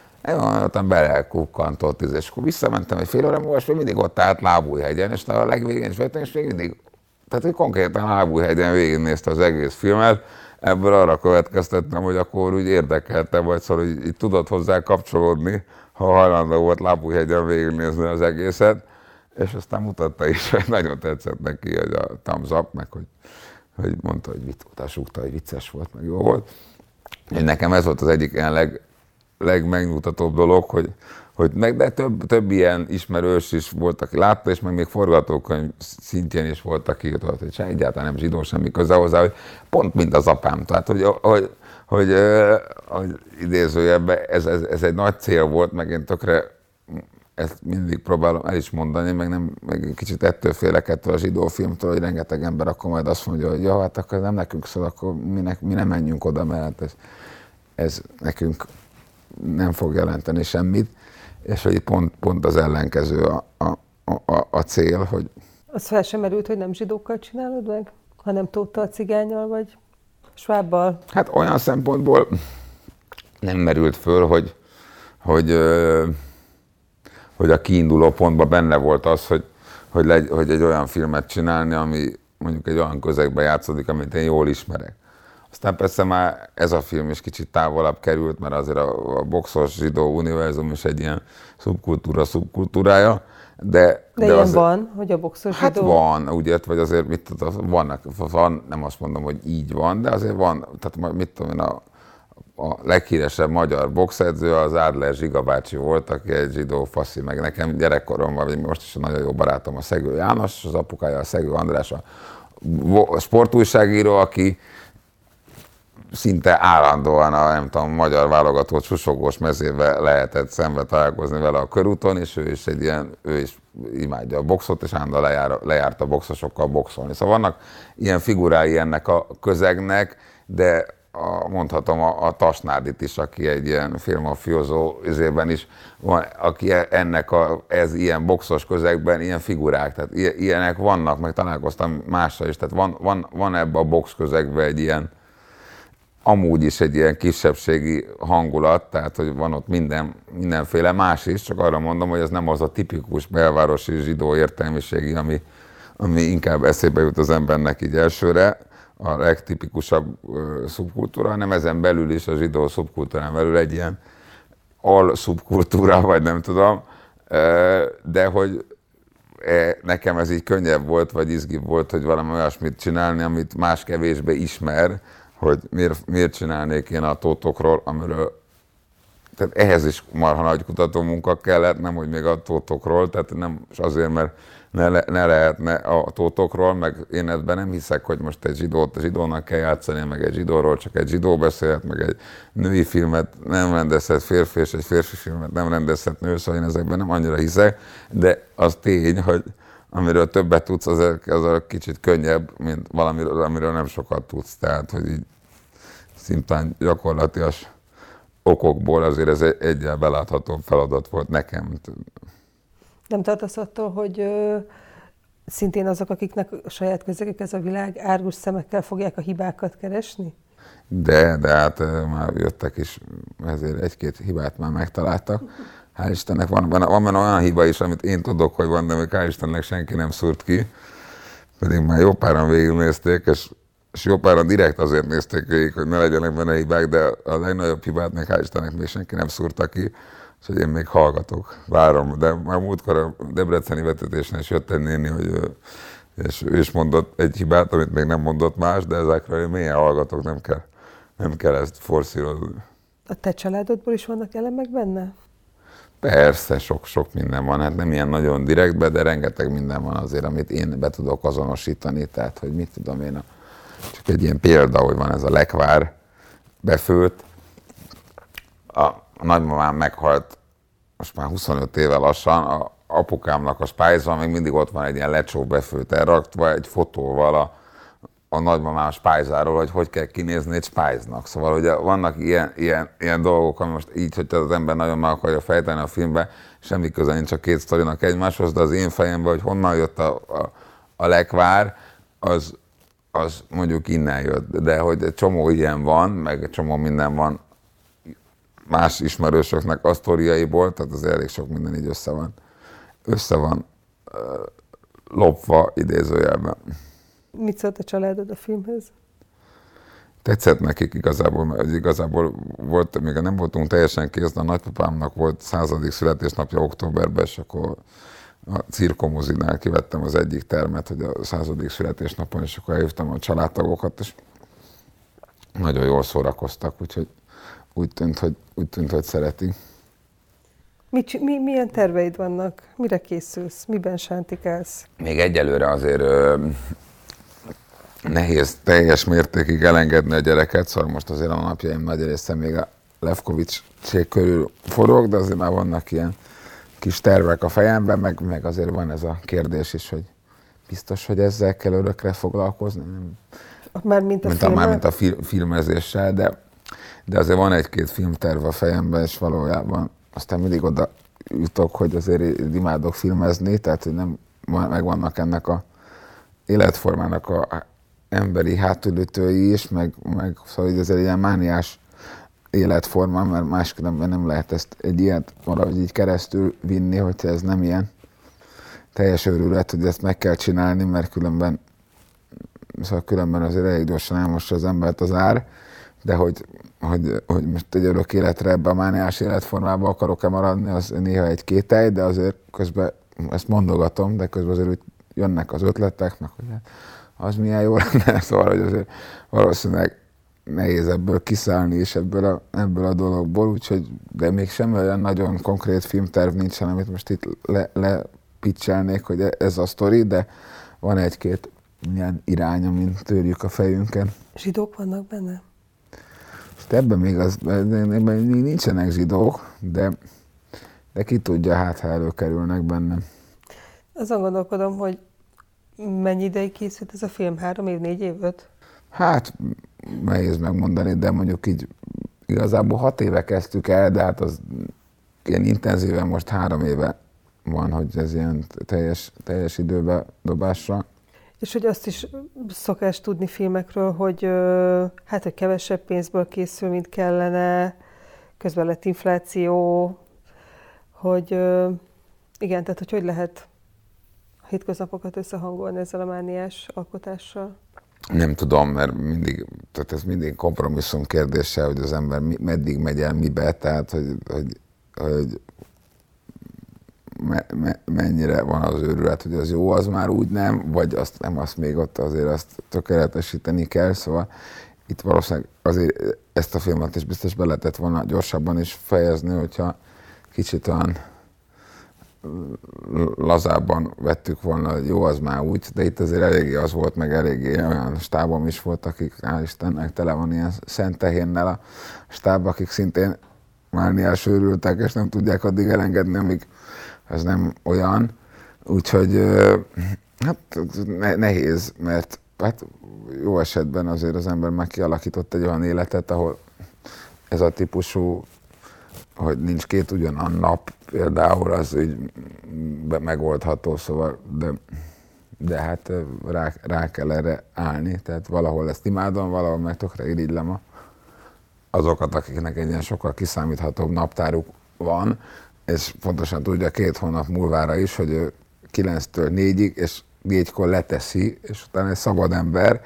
Speaker 2: Én belekukkantott, és akkor visszamentem egy fél óra múlva, és még mindig ott állt Lábújhegyen, és a legvégén is vettem, és még mindig, tehát hogy konkrétan Lábújhegyen végignézte az egész filmet. Ebből arra következtettem, hogy akkor úgy érdekelte, vagy szóval hogy így tudott hozzá kapcsolódni, ha hajlandó volt Lábújhegyen végignézni az egészet, és aztán mutatta is, hogy nagyon tetszett neki, hogy a thumbs up, meg hogy, hogy mondta, hogy vitótásukta, hogy vicces volt, meg jó volt. És nekem ez volt az egyik ilyen leg, legmegnyugtatóbb dolog, hogy, hogy meg, de több, több ilyen ismerős is volt, aki látta, és meg még forgatókönyv szintjén is volt, aki tudott, hogy se egyáltalán nem zsidó, semmi köze hozzá, hogy pont mint az apám. Tehát, hogy, hogy, hogy, hogy idézőjebben ez, ez, ez egy nagy cél volt, meg én tökre ezt mindig próbálom el is mondani, meg, nem, meg kicsit ettől félek ettől a zsidó filmtől, hogy rengeteg ember akkor majd azt mondja, hogy jó, hát akkor nem nekünk szól, akkor mi, ne, mi nem menjünk oda, mert ez, ez nekünk nem fog jelenteni semmit. És hogy pont, pont az ellenkező a, a, a, a cél, hogy...
Speaker 1: Az fel sem merült, hogy nem zsidókkal csinálod meg, hanem Tóttal, Cigánnyal vagy Schwabbal?
Speaker 2: Hát olyan szempontból nem merült föl, hogy, hogy, hogy a kiinduló pontban benne volt az, hogy, hogy, legy, hogy egy olyan filmet csinálni, ami mondjuk egy olyan közegben játszódik, amit én jól ismerek. Aztán persze már ez a film is kicsit távolabb került, mert azért a, a boxos zsidó univerzum is egy ilyen szubkultúra szubkultúrája, de...
Speaker 1: De, de ilyen az, van, hogy a boxos
Speaker 2: hát
Speaker 1: zsidó...
Speaker 2: Hát van, ugye, vagy azért mit tudom, vannak, van, nem azt mondom, hogy így van, de azért van, tehát mit tudom én, a, a leghíresebb magyar boxedző az Adler Zsiga bácsi volt, aki egy zsidó faszi, meg nekem gyerekkoromban, vagy most is a nagyon jó barátom a Szegő János, az apukája a Szegő András, a sportújságíró, aki szinte állandóan a, nem tudom, magyar válogatott susogós mezével lehetett szembe találkozni vele a körúton, és ő is egy ilyen, ő is imádja a boxot, és állandóan lejár, lejárt a boxosokkal boxolni. Szóval vannak ilyen figurái ennek a közegnek, de a, mondhatom a, a Tasnádit is, aki egy ilyen filmmafiózó üzében is van, aki ennek a, ez ilyen boxos közegben ilyen figurák, tehát ilyenek vannak, meg találkoztam mással is, tehát van, van, van ebben a box közegben egy ilyen amúgy is egy ilyen kisebbségi hangulat, tehát hogy van ott minden, mindenféle más is, csak arra mondom, hogy ez nem az a tipikus belvárosi zsidó értelmiségi, ami, ami inkább eszébe jut az embernek így elsőre, a legtipikusabb uh, szubkultúra, hanem ezen belül is a zsidó szubkultúrán belül egy ilyen al-szubkultúra, vagy nem tudom, uh, de hogy uh, nekem ez így könnyebb volt, vagy izgibb volt, hogy valami olyasmit csinálni, amit más kevésbé ismer, hogy miért, miért csinálnék én a tótokról, amiről, tehát ehhez is marha nagy kutatómunka kellett, nem hogy még a tótokról, tehát nem és azért, mert ne, le, ne lehetne a tótokról, meg én ebben nem hiszek, hogy most egy zsidót a zsidónak kell játszani, meg egy zsidóról csak egy zsidó beszélhet, meg egy női filmet nem rendezhet férfi, és egy férfi filmet nem rendezhet nő, szóval én ezekben nem annyira hiszek, de az tény, hogy amiről többet tudsz, az, az a kicsit könnyebb, mint valamiről, amiről nem sokat tudsz. Tehát, hogy így szintén gyakorlatias okokból azért ez egy egyel beláthatóbb feladat volt nekem.
Speaker 1: Nem tartasz attól, hogy ö, szintén azok, akiknek a saját közegük ez a világ, árgus szemekkel fogják a hibákat keresni?
Speaker 2: De, de hát már jöttek is, ezért egy-két hibát már megtaláltak.
Speaker 3: hál' Istennek van benne, van benne olyan hiba is, amit én tudok, hogy van, de még hál' Istennek senki nem szúrt ki. Pedig már jó páran végignézték, és, és jó páran direkt azért nézték végig, hogy ne legyenek benne hibák, de a legnagyobb hibát még hál' Istennek még senki nem szúrta ki, és én még hallgatok, várom. De már múltkor a debreceni vetítésen is jött egy néni, hogy, és ő is mondott egy hibát, amit még nem mondott más, de ezekről én mélyen hallgatok, nem kell, nem kell ezt forszírozni.
Speaker 1: A te családodból is vannak elemek benne?
Speaker 3: Persze, sok-sok minden van, hát nem ilyen nagyon direktbe, de rengeteg minden van azért, amit én be tudok azonosítani, tehát hogy mit tudom én, a, csak egy ilyen példa, hogy van ez a lekvár befőtt, a, a nagymamám meghalt most már huszonöt éve lassan, a apukámnak a spájzban még mindig ott van egy ilyen lecsó befőtt elraktva, egy fotóval a, a nagymamám spájzáról, hogy hogy kell kinézni egy spájznak. Szóval ugye vannak ilyen, ilyen, ilyen dolgok, ami most így, hogy az ember nagyon meg akarja fejteni a filmbe, semmi köze nincs a két sztorinak egymáshoz, de az én fejemben, hogy honnan jött a, a, a lekvár, az, az mondjuk innen jött. De hogy egy csomó ilyen van, meg egy csomó minden van más ismerősöknek a sztoriaiból, tehát az elég sok minden így össze van, össze van uh, lopva idézőjelben.
Speaker 1: Mit szólt a családod a filmhez?
Speaker 3: Tetszett nekik igazából, mert igazából volt, még nem voltunk teljesen kész, de a nagypapámnak volt századik születésnapja októberben, és akkor a Cirkomozinál kivettem az egyik termet, hogy a századik születésnapon, és akkor elhívtam a családtagokat, és nagyon jól szórakoztak, úgyhogy úgy tűnt, hogy, úgy tűnt, hogy szereti.
Speaker 1: Mi, mi, milyen terveid vannak? Mire készülsz? Miben sántikálsz?
Speaker 3: Még egyelőre azért ö, nehéz teljes mértékig elengedni a gyereket, szóval most azért a napjaim nagy része még a Lefkovics-cég körül forog, de azért már vannak ilyen kis tervek a fejemben, meg, meg azért van ez a kérdés is, hogy biztos, hogy ezzel kell örökre foglalkozni.
Speaker 1: Már mint a,
Speaker 3: mint a, már mint a fil, filmezéssel, de, de azért van egy-két filmterv a fejemben, és valójában aztán mindig oda jutok, hogy azért imádok filmezni, tehát hogy nem megvannak ennek a életformának a emberi hátulütői is, meg, meg szóval azért ilyen mániás életforma, mert máskülönben nem lehet ezt egy ilyet valahogy így keresztül vinni, hogyha ez nem ilyen teljes őrület, hogy ezt meg kell csinálni, mert különben, szóval különben azért elég gyorsan elmossa az embert az ár, de hogy, hogy, hogy most egy örök életre ebbe a mániás életformába akarok-e maradni, az néha egy kételj, de azért közben ezt mondogatom, de közben azért úgy jönnek az ötletek, meg hogy az milyen jó lenne, szóval, hogy azért valószínűleg nehéz ebből kiszállni, és ebből a, ebből a dologból, úgyhogy, de még semmi olyan nagyon konkrét filmterv nincsen, amit most itt le, lepicselnék, hogy ez a sztori, de van egy-két ilyen irány, amin törjük a fejünken.
Speaker 1: Zsidók vannak benne?
Speaker 3: Most ebben még, az, ebben még nincsenek zsidók, de, de ki tudja, hát ha előkerülnek benne.
Speaker 1: Azon gondolkodom, hogy mennyi ideig készült ez a film? Három év, négy év, öt?
Speaker 3: Hát, nehéz megmondani, de mondjuk így igazából hat éve kezdtük el, de hát az ilyen intenzíven most három éve van, hogy ez ilyen teljes, teljes időbe dobásra.
Speaker 1: És hogy azt is szokás tudni filmekről, hogy hát, hogy kevesebb pénzből készül, mint kellene, közben lett infláció, hogy igen, tehát hogy hogy lehet a hétköznapokat összehangolni ezzel a mániás alkotással? Nem
Speaker 3: tudom, mert mindig, tehát ez mindig kompromisszum kérdése, hogy az ember meddig megy el mibe, tehát hogy, hogy, hogy me, me, mennyire van az őrület, hogy az jó, az már úgy nem, vagy azt nem, azt még ott azért azt tökéletesíteni kell, szóval itt valószínűleg azért ezt a filmet is biztos be lehetett volna gyorsabban is fejezni, hogyha kicsit olyan lazábban vettük volna, hogy jó, az már úgy, de itt azért eléggé az volt, meg eléggé olyan stábom is volt, akik, hál' Istennek, tele van ilyen szent tehénnel a stáb, akik szintén mániás őrültek, és nem tudják addig elengedni, amíg ez nem olyan. Úgyhogy hát nehéz, mert hát jó esetben azért az ember már kialakított egy olyan életet, ahol ez a típusú, hogy nincs két ugyanan nap, például az úgy megoldható, szóval, de, de hát rá, rá kell erre állni, tehát valahol ezt imádom, valahol meg tökre irigylem azokat, akiknek egy ilyen sokkal kiszámíthatóbb naptáruk van. és pontosan tudja két hónap múlvára is, hogy ő kilenctől négyig, és négykor leteszi, és utána egy szabad ember,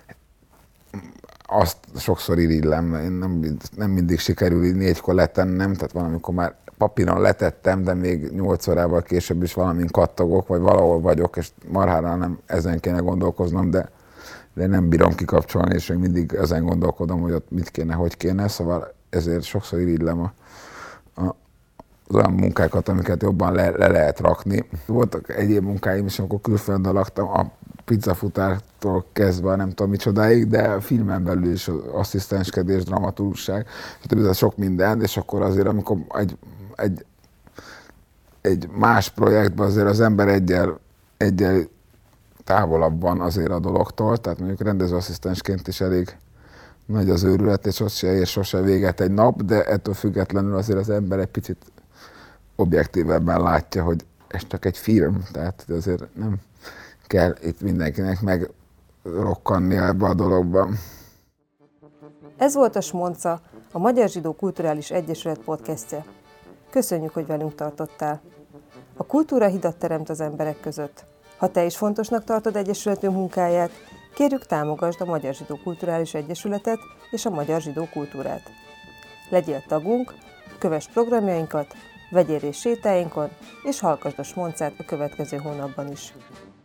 Speaker 3: azt sokszor irigylem, én nem, nem mindig sikerül így négykor letennem, tehát valamikor már papíron letettem, de még nyolc órával később is valamin kattogok, vagy valahol vagyok, és marhára nem ezen kéne gondolkoznom, de, de nem bírom kikapcsolni, és még mindig ezen gondolkodom, hogy ott mit kéne, hogy kéne, szóval ezért sokszor irigylem a, a, az olyan munkákat, amiket jobban le, le lehet rakni. Voltak egyéb munkáim is, amikor külföldön laktam, a pizzafutártól kezdve nem tudom micsodáig, de a filmen belül is asszisztenskedés, dramaturgság, ez sok minden, és akkor azért, amikor egy, egy, egy más projektben azért az ember egyel, egyel távolabb van azért a dologtól, tehát mondjuk rendezőasszisztensként is elég nagy az őrület, és ott se ér sose véget egy nap, de ettől függetlenül azért az ember egy picit objektívebben látja, hogy ez csak egy film, tehát azért nem kell itt mindenkinek megrokkanni ebbe a dologban.
Speaker 1: Ez volt a Smonca, a Magyar Zsidó Kulturális Egyesület podcastje. Köszönjük, hogy velünk tartottál. A kultúra hidat teremt az emberek között. Ha te is fontosnak tartod egyesületünk munkáját, kérjük, támogasd a Magyar Zsidó Kulturális Egyesületet és a magyar zsidó kultúrát. Legyél tagunk, kövess programjainkat, vegyél részt sétáinkon, és hallgassd a Smoncát a következő hónapban is.